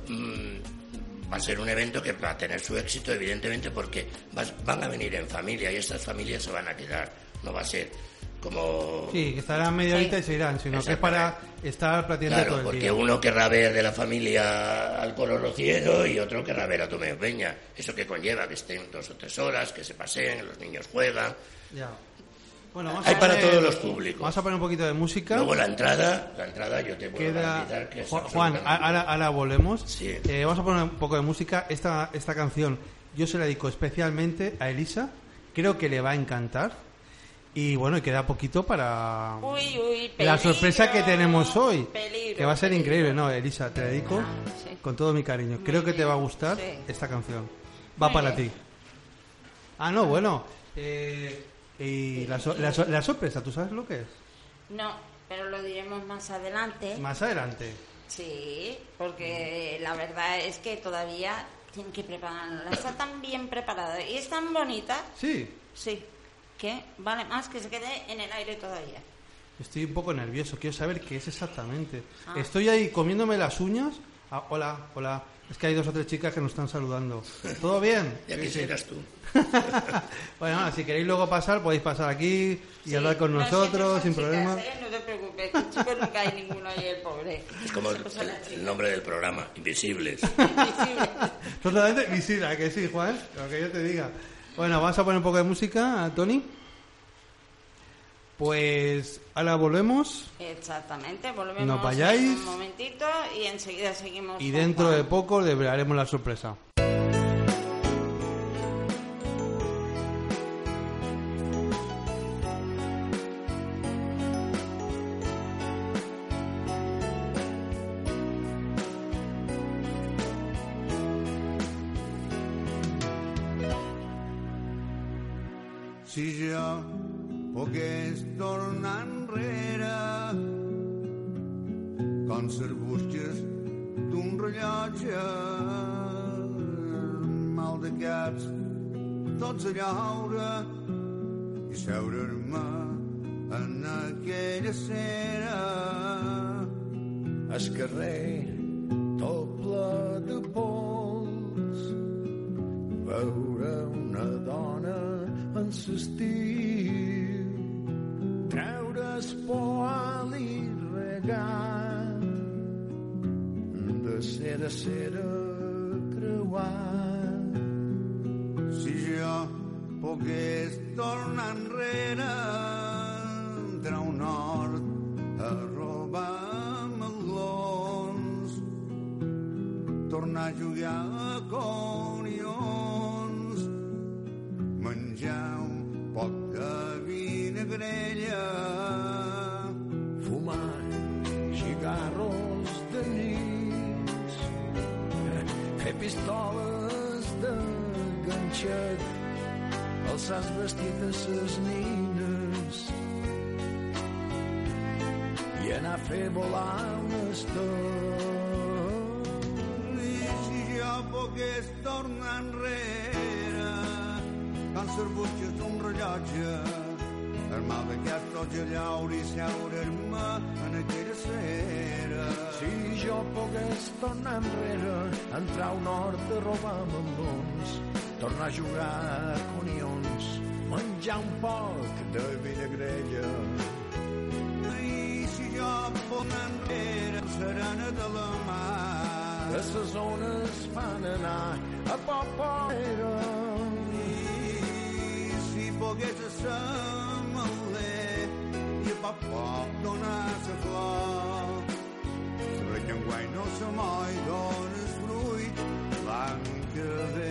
mm, va a ser un evento que va a tener su éxito, evidentemente, porque vas- van a venir en familia y estas familias se van a quedar. No va a ser como... Sí, que estarán media horita Sí. y se irán, sino que es para estar platicando Claro, todo el porque día. uno querrá ver de la familia al coro rociero y otro querrá ver a Tomeu Peña. Eso que conlleva que estén dos o tres horas, que se paseen, los niños juegan. Ya. Bueno, vamos Hay a para poner- todos los públicos. Vamos a poner un poquito de música. Luego la entrada, la entrada yo te puedo Queda... garantizar que es Ju- Juan, absolutamente- ahora, ahora volvemos. Sí. Eh, vamos a poner un poco de música. Esta, esta canción yo se la dedico especialmente a Elisa. Creo que le va a encantar. Y bueno, y queda poquito para Uy, uy, la peligro, sorpresa que tenemos hoy. peligro, que va a ser peligro. increíble, ¿no? Elisa, te la dedico Ah, sí. con todo mi cariño. Muy Creo que te bien, va a gustar sí. esta canción. Va Muy para bien. ti. Ah, no, bueno. Eh, y la, so- la so- la sorpresa, ¿tú sabes lo que es? No, pero lo diremos más adelante. Más adelante. Sí, porque la verdad es que todavía tienen que prepararla. Está tan bien preparada y es tan bonita, Sí. sí, que vale más que se quede en el aire todavía. Estoy un poco nervioso, quiero saber qué es exactamente. Ah. Estoy ahí comiéndome las uñas. Ah, hola, hola. Es que hay dos o tres chicas que nos están saludando. ¿Todo bien? Ya Sí, sí. quisieras tú. Bueno, nada, si queréis luego pasar, podéis pasar aquí y Sí, hablar con no nosotros sin siempre son problema. chicas, ¿eh? No te preocupes, que chicos nunca hay ninguno ahí, el pobre. Es como el, Siempre son las el chicas. nombre del programa, Invisibles. Invisibles. Totalmente visible, ¿a que sí, Juan? Lo que yo te diga. Bueno, vamos a poner un poco de música, Tony. Pues ahora volvemos Exactamente, volvemos No vayáis. en un momentito y enseguida seguimos. y con dentro Juan. de poco develaremos la sorpresa. Si jo pogués tornar enrere com les busques d'un rellotge, mal d'aquests tots a llaure i seure-me en aquella cera. El carrer tot ple de pols, veure una dona en l'estiu, treure el poal i regar, de cera a cera creuar. Si jo pogués tornar enrere, entrar un hort a robar melons, tornar a jugar a conions, menjar un poc de vinagrella, fumar cigarros de nits, fer pistoles de ganxet, alçar els vestits a ses nines i anar a fer volar un estor. I si jo pogués tornar enrere com les busques d'un rellotge, armar d'aquest tots a llaure i seure-me en aquella cera. Si jo pogués tornar enrere, entrar a un hort a robar melons, tornar a jugar a conions, menjar un poc de vinagrella. I si jo tornar enrere, serena de la mar, que ses ones fan anar a Popera. I si pogués ser meler i a poc poc donar sa flor, saber que enguany no se moi dones fruit l'any que ve.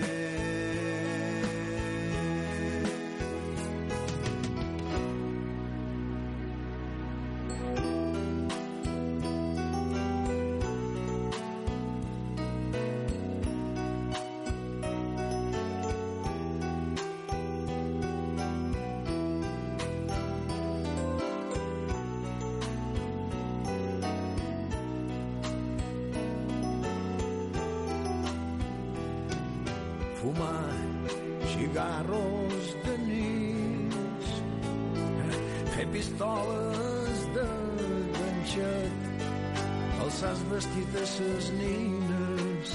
Fumar cigarros de nits, fer pistoles de ganxet, alçar els vestits a ses nines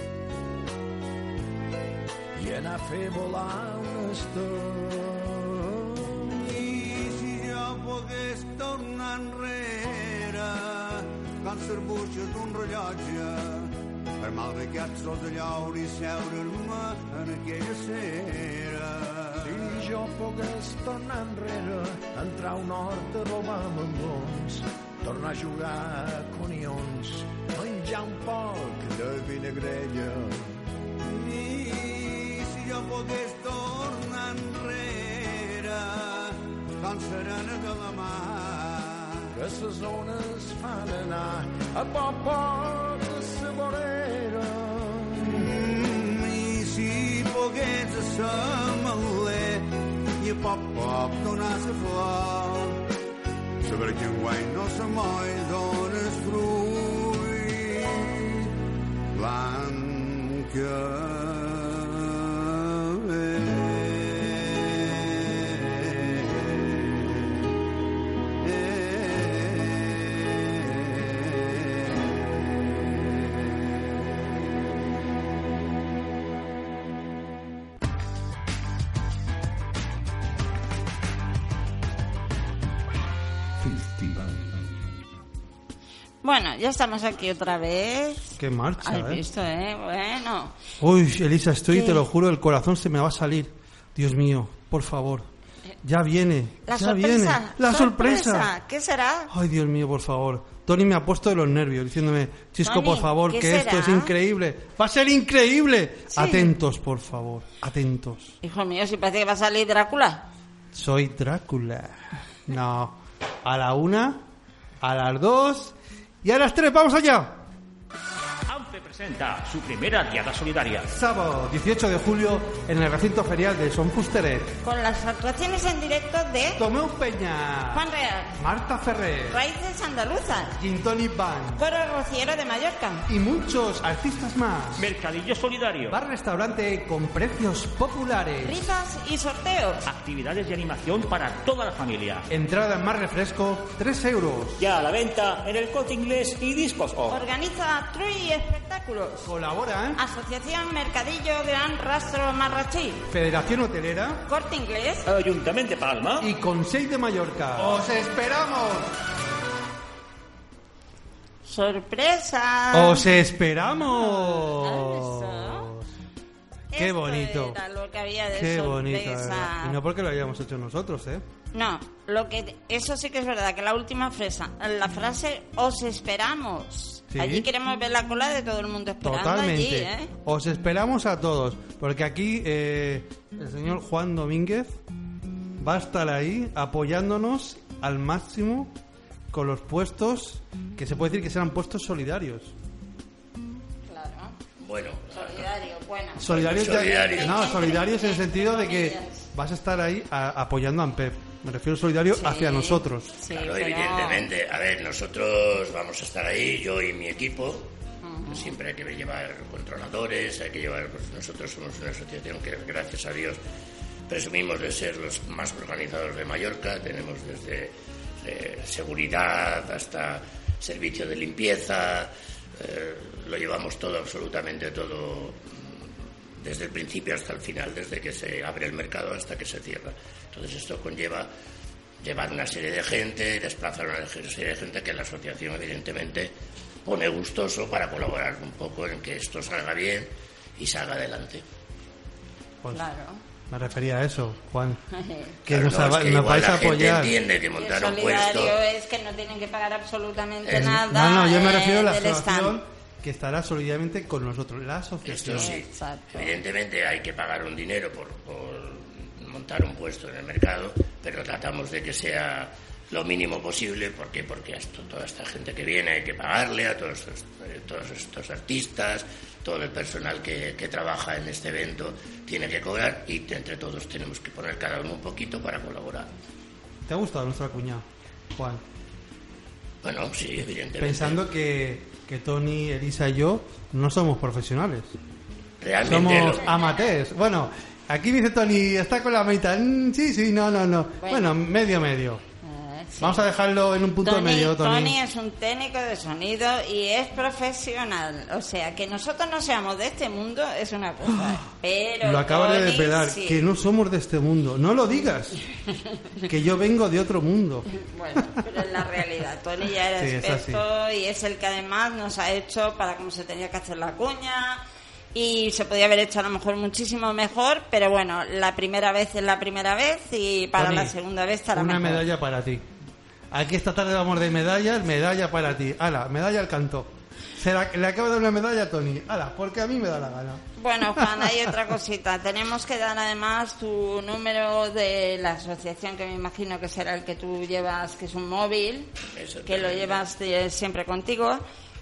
i anar a fer volar un estor. I si jo pogués tornar enrere com les busques d'un rellotge, per mal d'aquests sols de llaure i seure-me en aquella cera. Si jo pogués tornar enrere, entrar a un hort a robar melons, tornar a jugar a conions, menjar un poc de vinagrella. I si jo pogués tornar enrere com serena de la mar, que ses ones fan anar a poc poc a sa vorera. Mm, I si pogués ser meler i a poc poc donar sa flor, saber que enguany no se moi dones fruit l'any que ve. Bueno, ya estamos aquí otra vez. Qué marcha, ¿Has ¿eh? visto, eh? Bueno. Uy, Elisa, estoy, ¿Qué? te lo juro, el corazón se me va a salir. Dios mío, por favor. Ya viene, La ya sorpresa. viene. La sorpresa. sorpresa. ¿Qué será? Ay, Dios mío, por favor. Tony me ha puesto de los nervios, diciéndome, Chisco, Tony, por favor, ¿qué que será? esto es increíble. ¡Va a ser increíble! Sí. Atentos, por favor, atentos. Hijo mío, si parece que va a salir Drácula. Soy Drácula. No. A la una, a las dos y a las tres. ¡Vamos allá! presenta su primera Diada Solidaria. Sábado dieciocho de julio en el recinto ferial de Son Fusteret. Con las actuaciones en directo de Tomeu Peña, Juan Real, Marta Ferrer, Raíces Andaluzas, Gin Tonic Band, Coro Rociero de Mallorca y muchos artistas más. Mercadillo Solidario. Bar-restaurante con precios populares. Rifas y sorteos. Actividades de animación para toda la familia. Entrada en Mar Refresco, tres euros. Ya a la venta en el Corte Inglés y Discos O. Organiza Trui Espectáculos. Colaboran Asociación Mercadillo Gran Rastro Marrachí, Federación Hotelera, Corte Inglés, Ayuntamiento de Palma y Consell de Mallorca. ¡Os esperamos! ¡Sorpresa! ¡Os esperamos! ¡Qué Esto bonito! era lo que había de ¡Qué bonito! sorpresa. Y no porque lo hayamos hecho nosotros, ¿eh? No, lo que eso sí que es verdad, que la última fresa, la frase os esperamos. Sí. Allí queremos ver la cola de todo el mundo esperando. Totalmente. Allí, ¿eh? Os esperamos a todos, porque aquí eh, el señor Juan Domínguez va a estar ahí apoyándonos al máximo con los puestos, que se puede decir que serán puestos solidarios. Claro. Bueno. Solidario, bueno. Solidarios, Solidarios. Ya, no, solidarios en el sentido de que vas a estar ahí a, apoyando a ANPEP. Me refiero solidario Sí, hacia nosotros. Sí, Claro, pero- evidentemente. A ver, nosotros vamos a estar ahí, yo y mi equipo. Uh-huh. Siempre hay que llevar controladores, hay que llevar... Pues nosotros somos una asociación que, gracias a Dios, presumimos de ser los más organizados de Mallorca. Tenemos desde eh, seguridad hasta servicio de limpieza. Eh, lo llevamos todo, absolutamente todo, desde el principio hasta el final, desde que se abre el mercado hasta que se cierra. Entonces esto conlleva llevar una serie de gente, desplazar una serie de gente que la asociación evidentemente pone gustoso para colaborar un poco en que esto salga bien y salga adelante. Pues, Claro. me refería a eso, Juan. Que Claro, nos, no, ava- es que nos igual vais la a gente apoyar. entiende que Y el montar un solidario puesto... es que no tienen que pagar absolutamente Es- nada. No, no, yo me eh, refiero a la del asociación stand. que estará solidariamente con nosotros, la asociación. Esto sí, Exacto. evidentemente hay que pagar un dinero por, por montar un puesto en el mercado, pero tratamos de que sea lo mínimo posible. ¿Por qué? Porque a esto, toda esta gente que viene hay que pagarle, a todos estos, eh, todos estos artistas, todo el personal que, que trabaja en este evento tiene que cobrar, y entre todos tenemos que poner cada uno un poquito para colaborar. ¿Te ha gustado nuestra cuña, Juan? Bueno, sí, evidentemente. Pensando que, que Tony, Elisa y yo no somos profesionales. Realmente Somos lo- amateurs. Bueno, aquí dice Tony, está con la mitad. Mm, sí, sí, no, no, no. Bueno, Bueno. medio, medio. Eh, sí. Vamos a dejarlo en un punto Tony, medio, Tony. Tony es un técnico de sonido y es profesional. O sea, que nosotros no seamos de este mundo es una cosa. Pero Lo acabas de Tony desvelar, sí. que no somos de este mundo. No lo digas, que yo vengo de otro mundo. Bueno, pero es la realidad. Tony ya era Sí, es experto y es el que además nos ha hecho para cómo se tenía que hacer la cuña. Y se podía haber hecho a lo mejor muchísimo mejor, pero bueno, la primera vez es la primera vez y para Tony, la segunda vez estará una mejor. medalla para ti. Aquí esta tarde vamos de medallas, medalla para ti. Ala, medalla al canto. Se la- le acabo de dar una medalla a Tony. Ala, porque a mí me da la gana. Bueno, Juan, hay otra cosita. Tenemos que dar además tu número de la asociación, que me imagino que será el que tú llevas, que es un móvil, que lo llevas de- siempre contigo,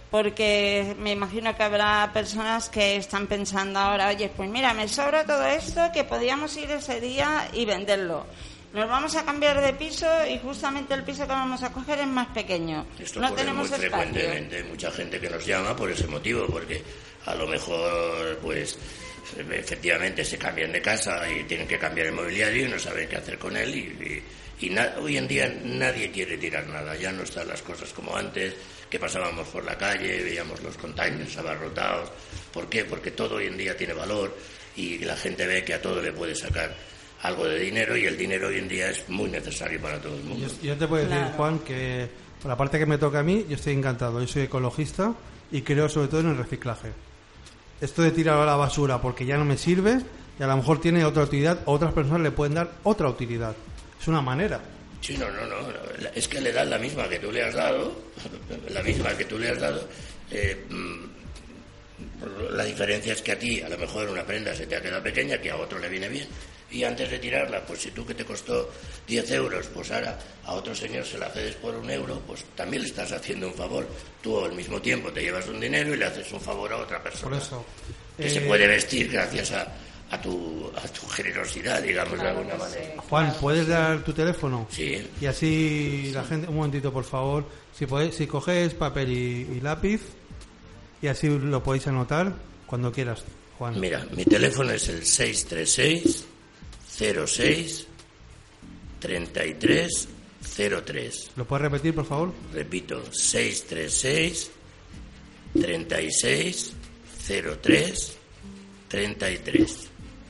porque me imagino que habrá personas que están pensando ahora, oye, pues mira, me sobra todo esto, que podíamos ir ese día y venderlo. Nos vamos a cambiar de piso y justamente el piso que vamos a coger es más pequeño. Esto no ocurre tenemos muy espacio. frecuentemente. Hay mucha gente que nos llama por ese motivo, porque a lo mejor, pues, efectivamente se cambian de casa y tienen que cambiar el mobiliario y no saben qué hacer con él. Y, y, y na- hoy en día nadie quiere tirar nada. Ya no están las cosas como antes, que pasábamos por la calle, veíamos los containers abarrotados. ¿Por qué? Porque todo hoy en día tiene valor y la gente ve que a todo le puede sacar algo de dinero, y el dinero hoy en día es muy necesario para todo el mundo. Yo, yo te puedo decir, Claro. Juan, que por la parte que me toca a mí, yo estoy encantado. Yo soy ecologista y creo sobre todo en el reciclaje. Esto de tirar a la basura porque ya no me sirve y a lo mejor tiene otra utilidad, otras personas le pueden dar otra utilidad. Es una manera. Sí, no, no, no, no. La- Es que le das la misma que tú le has dado, la misma que tú le has dado. Eh, mm, la diferencia es que a ti, a lo mejor una prenda se te ha quedado pequeña, que a otro le viene bien. y antes de tirarla, pues si tú que te costó diez euros, pues ahora a otro señor se la cedes por un euro, pues también le estás haciendo un favor. Tú al mismo tiempo te llevas un dinero y le haces un favor a otra persona. Por eso. Que eh... se puede vestir gracias a, a, tu, a tu generosidad, digamos, claro, de alguna manera. Juan, claro, ¿puedes dar tu teléfono? Sí. Y así la gente, un momentito por favor, si podéis, si coges papel y, y lápiz, y así lo podéis anotar cuando quieras, Juan. Mira, mi teléfono es el seis tres seis cero seis treinta y tres cero tres. ¿Lo puedes repetir, por favor? Repito, seis tres seis treinta y seis cero tres treinta y tres.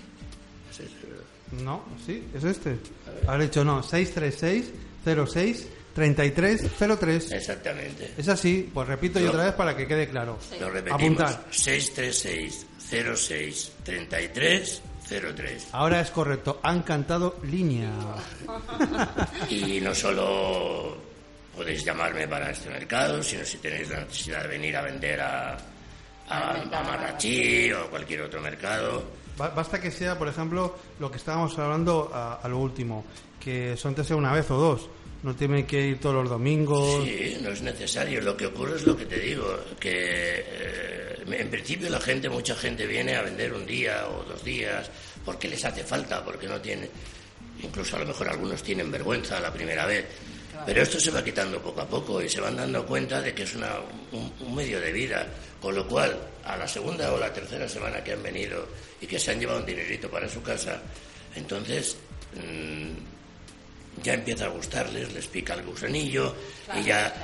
No, sí, es este. Has dicho no, seis tres seis cero seis treinta y tres cero tres. Exactamente. Es así, pues repito yo otra vez para que quede claro. Sí. Lo repetimos. Apuntar. seis tres seis cero seis treinta y tres cero tres. Ahora es correcto, han cantado línea. Y no solo podéis llamarme para este mercado, sino si tenéis la necesidad de venir a vender a, a, a Marrachí o cualquier otro mercado. Basta que sea, por ejemplo, lo que estábamos hablando a, a lo último, que son te sea una vez o dos. No tienen que ir todos los domingos. Sí, no es necesario. Lo que ocurre es lo que te digo, que eh, en principio la gente, mucha gente viene a vender un día o dos días porque les hace falta, porque no tienen, incluso a lo mejor algunos tienen vergüenza la primera vez. Claro. Pero esto se va quitando poco a poco y se van dando cuenta de que es una, un, un medio de vida, con lo cual a la segunda o la tercera semana que han venido y que se han llevado un dinerito para su casa, entonces mmm, ya empieza a gustarles, les pica el gusanillo, claro, y ya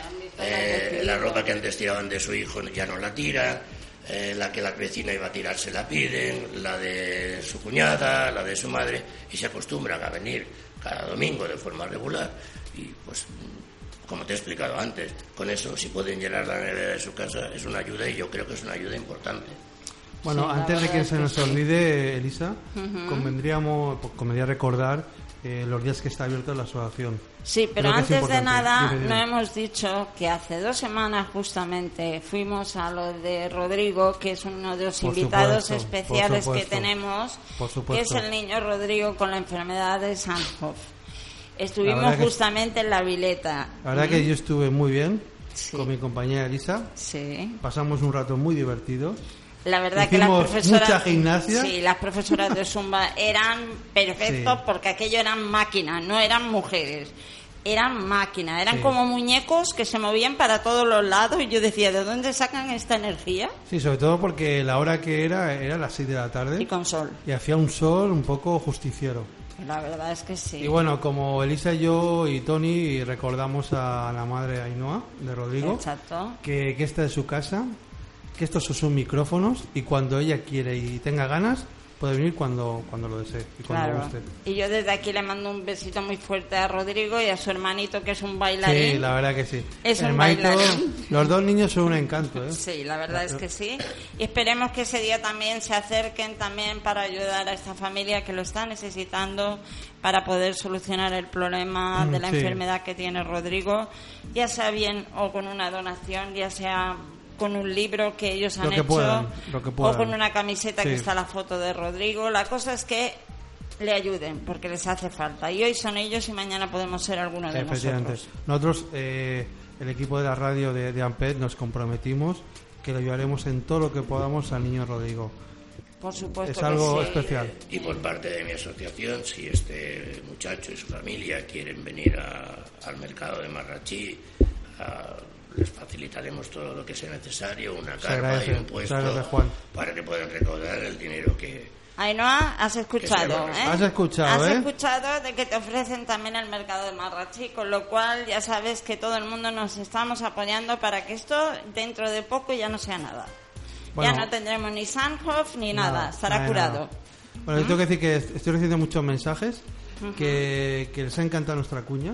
eh, la ropa que antes tiraban de su hijo ya no la tiran, eh, la que la vecina iba a tirar se la piden, la de su cuñada, la de su madre, y se acostumbran a venir cada domingo de forma regular. Y pues, como te he explicado antes, con eso, si pueden llenar la nevera de su casa, es una ayuda, y yo creo que es una ayuda importante. Bueno, sí, antes de que se nos olvide, Elisa, uh-huh. convendríamos, convendría recordar Eh, los días que está abierta la asociación. Sí, pero antes de nada, dime, dime. No hemos dicho que hace dos semanas justamente fuimos a lo de Rodrigo, que es uno de los por invitados supuesto, especiales que tenemos, que es el niño Rodrigo con la enfermedad de Sandhoff. Estuvimos justamente que, en la Vileta. La verdad ¿Mm? que yo estuve muy bien, sí, con mi compañera Elisa. Sí. Pasamos un rato muy divertido. La verdad Hicimos que las profesoras, mucha gimnasia. Sí, las profesoras de Zumba eran perfectos, sí, porque aquello eran máquinas, no eran mujeres, eran máquinas, eran sí, como muñecos que se movían para todos los lados, y yo decía, ¿de dónde sacan esta energía? Sí, sobre todo porque la hora que era era las seis de la tarde. Y con sol. Y hacía un sol un poco justiciero. La verdad es que sí. Y bueno, como Elisa y yo y Tony recordamos a la madre Ainhoa de Rodrigo, exacto, que, que esta es su casa, que estos son micrófonos, y cuando ella quiere y tenga ganas puede venir cuando cuando lo desee y cuando claro. guste. Y yo desde aquí le mando un besito muy fuerte a Rodrigo y a su hermanito, que es un bailarín. Sí, la verdad que sí. Es un hermanito, bailarín. Los dos niños son un encanto, ¿eh? Sí, la verdad es que sí. Y esperemos que ese día también se acerquen también para ayudar a esta familia que lo está necesitando, para poder solucionar el problema de la sí. enfermedad que tiene Rodrigo, ya sea bien o con una donación, ya sea con un libro que ellos han lo que hecho, puedan, lo que puedan. o con una camiseta sí. que está la foto de Rodrigo. La cosa es que le ayuden, porque les hace falta, y hoy son ellos y mañana podemos ser alguno de nosotros. Nosotros, eh, el equipo de la radio de, de Amped, nos comprometimos que le ayudaremos en todo lo que podamos al niño Rodrigo. Por supuesto, es algo que sí. especial. Y por parte de mi asociación, si este muchacho y su familia quieren venir a, al mercado de Marrachí, a, les facilitaremos todo lo que sea necesario, una carpa y un puesto, para que puedan recaudar el dinero que... Ainhoa, has escuchado, ¿eh? Has escuchado, Has ¿eh? escuchado de que te ofrecen también el mercado de Marrachí, con lo cual ya sabes que todo el mundo nos estamos apoyando para que esto dentro de poco ya no sea nada. Bueno, ya no tendremos ni Sandhoff ni nada, nada estará nada, curado. Nada. Bueno, ¿Mm? yo tengo que decir que estoy recibiendo muchos mensajes uh-huh. que, que les ha encantado nuestra cuña.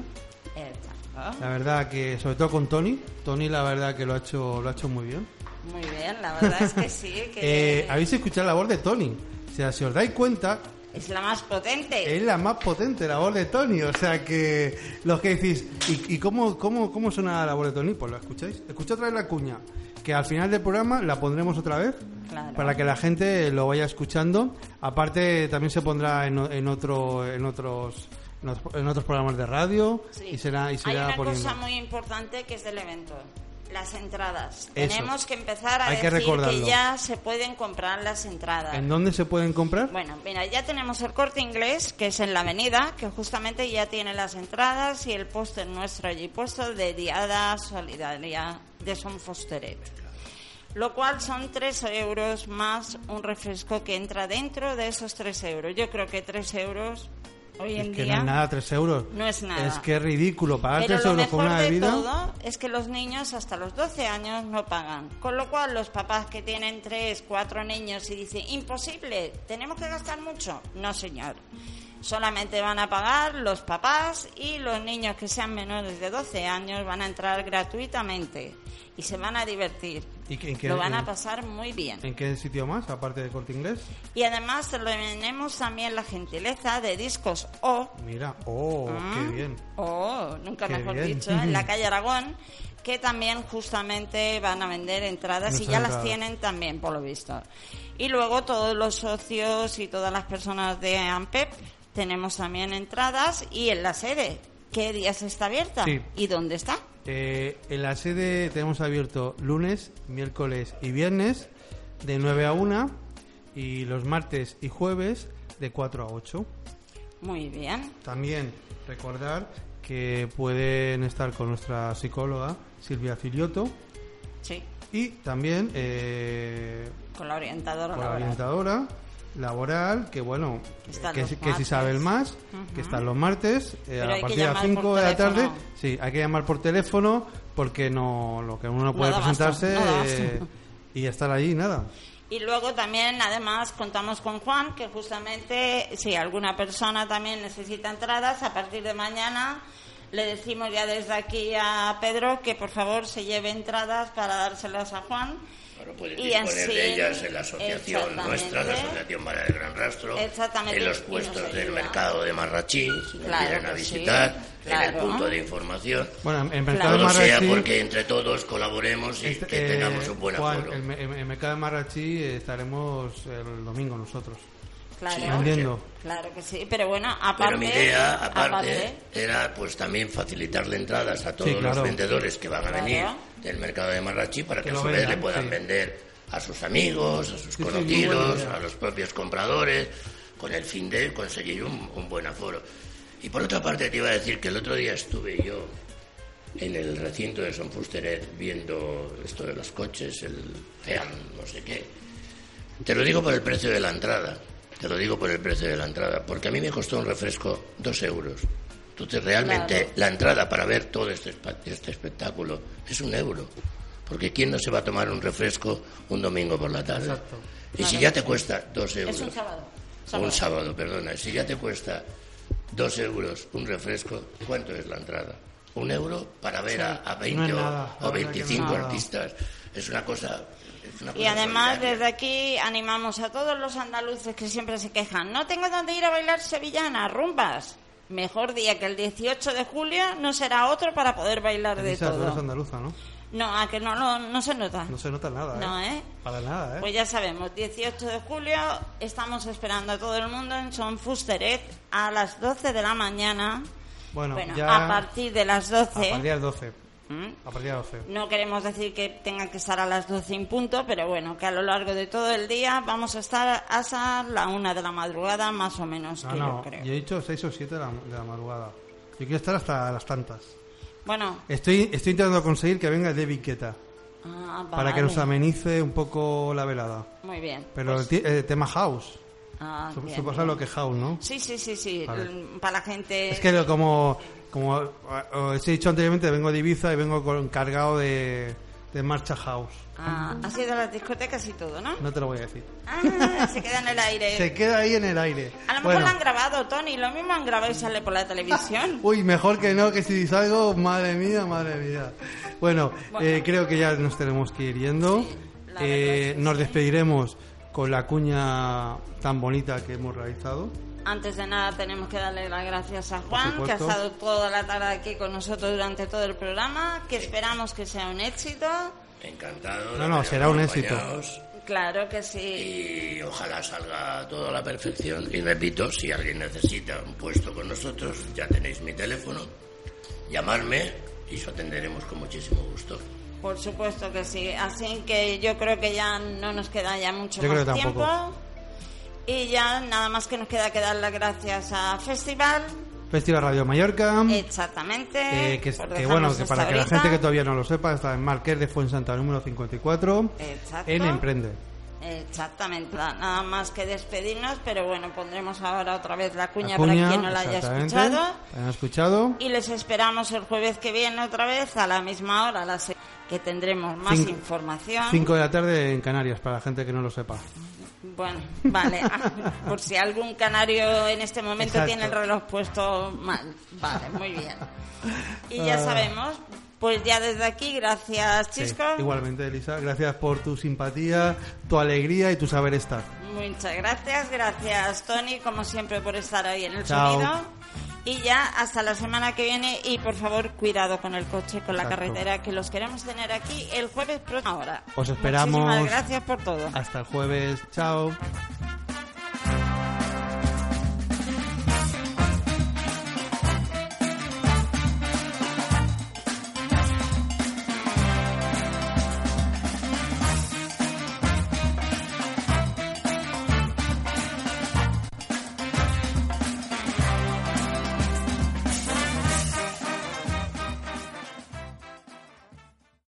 Exacto. La verdad que, sobre todo con Tony, Tony la verdad que lo ha hecho, lo ha hecho muy bien. Muy bien, la verdad es que sí. Que... eh, Habéis escuchado la voz de Tony. O sea, si os dais cuenta... Es la más potente. Es la más potente, la voz de Tony. O sea, que los que decís, ¿y, y cómo, cómo, cómo suena la voz de Tony? Pues lo escucháis. Escucha otra vez la cuña. que al final del programa la pondremos otra vez, claro, para que la gente lo vaya escuchando. Aparte también se pondrá en, en otro en otros en otros programas de radio, sí, y será y será hay una poniendo. cosa muy importante que es del evento: las entradas. Eso. Tenemos que empezar a Hay que decir que, recordarlo. ya se pueden comprar las entradas. ¿En dónde se pueden comprar? Bueno, mira, ya tenemos el Corte Inglés, que es en la avenida, que justamente ya tiene las entradas y el póster nuestro allí puesto de Diada Solidaria de Son Fosteret. Lo cual son tres euros más un refresco que entra dentro de esos tres euros. Yo creo que tres euros hoy en es que día no es nada, tres euros. no es nada. Es que es ridículo pagar Pero tres lo euros por mejor una de bebida. todo es que los niños hasta los doce años no pagan. Con lo cual los papás que tienen tres, cuatro niños y dicen, imposible, tenemos que gastar mucho. No, señor. Solamente van a pagar los papás, y los niños que sean menores de doce años van a entrar gratuitamente y se van a divertir. ¿Y en qué, Lo van a en- pasar muy bien. ¿En qué sitio más, aparte de Corte Inglés? Y además tenemos también la gentileza de Discos O. Mira, oh, Mm. qué bien. Oh, nunca Qué mejor bien. dicho, en la calle Aragón, que también justamente van a vender entradas y Nuestras ya las entradas. tienen también, por lo visto. Y luego todos los socios y todas las personas de AMPEP tenemos también entradas. Y en la sede, ¿qué días está abierta? Sí. ¿Y dónde está? Eh, en la sede tenemos abierto lunes, miércoles y viernes de nueve a una, y los martes y jueves de cuatro a ocho. Muy bien. También recordar que pueden estar con nuestra psicóloga Silvia Filioto, Sí, y también eh, con la orientadora con la laboral. orientadora laboral, que bueno, Está que, los si- que si martes. sabe el más, Ujú. que están los martes eh, Pero hay a que partir de las llamar cinco por de la tarde. teléfono. Sí, hay que llamar por teléfono, porque no lo que uno no puede da abasto, presentarse no da abasto. eh, y estar allí, nada. Y luego también, además, contamos con Juan, que justamente, si alguna persona también necesita entradas, a partir de mañana le decimos ya desde aquí a Pedro que por favor se lleve entradas para dárselas a Juan. Bueno, pueden Y disponer así, de ellas en la asociación exactamente. nuestra, la Asociación Vara del Gran Rastro, Exactamente, en los y nos puestos del ayuda. mercado de Marrachí, si nos Claro vienen a que sí, visitar, en el claro. punto de información. Bueno, en el mercado Claro. de Todo sea Marrachí, porque entre todos colaboremos y este, que eh, tengamos un buen Juan, aforo. el, me- el mercado de Marrachí eh, estaremos el domingo nosotros Claro, Sí, vendiendo. claro que sí, pero bueno, aparte... Pero mi idea, aparte, aparte, era pues también facilitarle entradas a todos Sí, claro. los vendedores que van a Claro. venir del mercado de Marrachí, para que, Que a lo su vez vendan, le puedan sí. vender a sus amigos, a sus Sí, sí, muy conocidos, buena idea. a los propios compradores, con el fin de conseguir un, un buen aforo. Y por otra parte te iba a decir que el otro día estuve yo en el recinto de Son Fusteret viendo esto de los coches, el FEAM, no sé qué. Te lo digo por el precio de la entrada, te lo digo por el precio de la entrada, porque a mí me costó un refresco dos euros. Entonces realmente Claro. la entrada para ver todo este, espa- este espectáculo es un euro. Porque ¿quién no se va a tomar un refresco un domingo por la tarde? Exacto. Y si Claro ya que te sí. cuesta dos euros... Es un sábado. o sábado. un sábado, perdona. Si ya te cuesta dos euros un refresco, ¿cuánto es la entrada? Un euro para ver a, a veinte No es o- nada, la o verdad que no es veinticinco nada. artistas. Es una cosa... es una Y cosa además solidaria. desde aquí animamos a todos los andaluces que siempre se quejan, no tengo dónde ir a bailar sevillana, rumbas. Mejor día que el dieciocho de julio no será otro para poder bailar de Elisa, tú eres todo. andaluza, ¿no? No, a que no, lo- no se nota. No se nota nada, ¿eh? No, ¿eh? Para nada, ¿eh? Pues ya sabemos, dieciocho de julio estamos esperando a todo el mundo en Son Fusteret a las doce de la mañana. bueno, Bueno, ya a partir de las a doce. partir de las doce. ¿Mm? A partir de las doce. No queremos decir que tengan que estar a las doce en punto, pero bueno, que a lo largo de todo el día vamos a estar hasta la una de la madrugada, más o menos, No, que no, yo creo. yo he dicho seis o siete de la, de la madrugada. Yo quiero estar hasta las tantas. Bueno, Estoy, estoy intentando conseguir que venga David Guetta ah, para que vale. nos amenice un poco la velada. Muy bien. Pero Pues- el, ti- el tema house. ah, Se, bien, se pasa bien. lo que house, ¿no? Sí, sí, sí, sí. Vale. l- Para la gente. Es que lo- como, como eh, os he dicho anteriormente, vengo de Ibiza y vengo con, cargado de, de marcha house. Ah, ha sido las discotecas y todo, ¿no? No te lo voy a decir. Ah, se queda en el aire. Se queda ahí en el aire. A lo mejor Bueno. lo han grabado, Tony. Lo mismo han grabado y sale por la televisión. Uy, mejor que no, que si salgo, madre mía, madre mía. Bueno, Bueno. eh, creo que ya nos tenemos que ir yendo. Sí, la Eh, verdad es que nos sí. despediremos con la cuña tan bonita que hemos realizado. Antes de nada tenemos que darle las gracias a Juan, que ha supuesto. estado toda la tarde aquí con nosotros durante todo el programa, que esperamos que sea un éxito. encantado. No, no, será un éxito. Claro que sí. Y ojalá salga todo a la perfección. Y repito, si alguien necesita un puesto con nosotros, ya tenéis mi teléfono, llamarme y os atenderemos con muchísimo gusto. Por supuesto que sí. Así que yo creo que ya no nos queda ya mucho yo más tiempo. Tampoco. Y ya nada más que nos queda que dar las gracias a Festival. Festival Radio Mallorca. Exactamente. Eh, que, que bueno, que para que la gente que todavía no lo sepa, está en Marqués de Fuensanta número cincuenta y cuatro. Exacto. En Emprende. Exactamente. Nada más que despedirnos, pero bueno, pondremos ahora otra vez la cuña, la cuña para quien no la haya escuchado. ¿La han escuchado? Y les esperamos el jueves que viene otra vez a la misma hora, a las seis, que tendremos más cinco, información. cinco de la tarde en Canarias, para la gente que no lo sepa. Bueno, vale, por si algún canario en este momento Exacto. tiene el reloj puesto mal. Vale, muy bien. Y ya uh, sabemos, pues ya desde aquí, gracias, Chisco. Sí, igualmente, Elisa, gracias por tu simpatía, tu alegría y tu saber estar. Muchas gracias, gracias, Tony, como siempre, por estar ahí en el Chao. sonido. Y ya hasta la semana que viene, y por favor, cuidado con el coche, con la Exacto. carretera, que los queremos tener aquí el jueves próximo. Ahora. Os esperamos. Muchísimas gracias por todo. Hasta el jueves. Chao.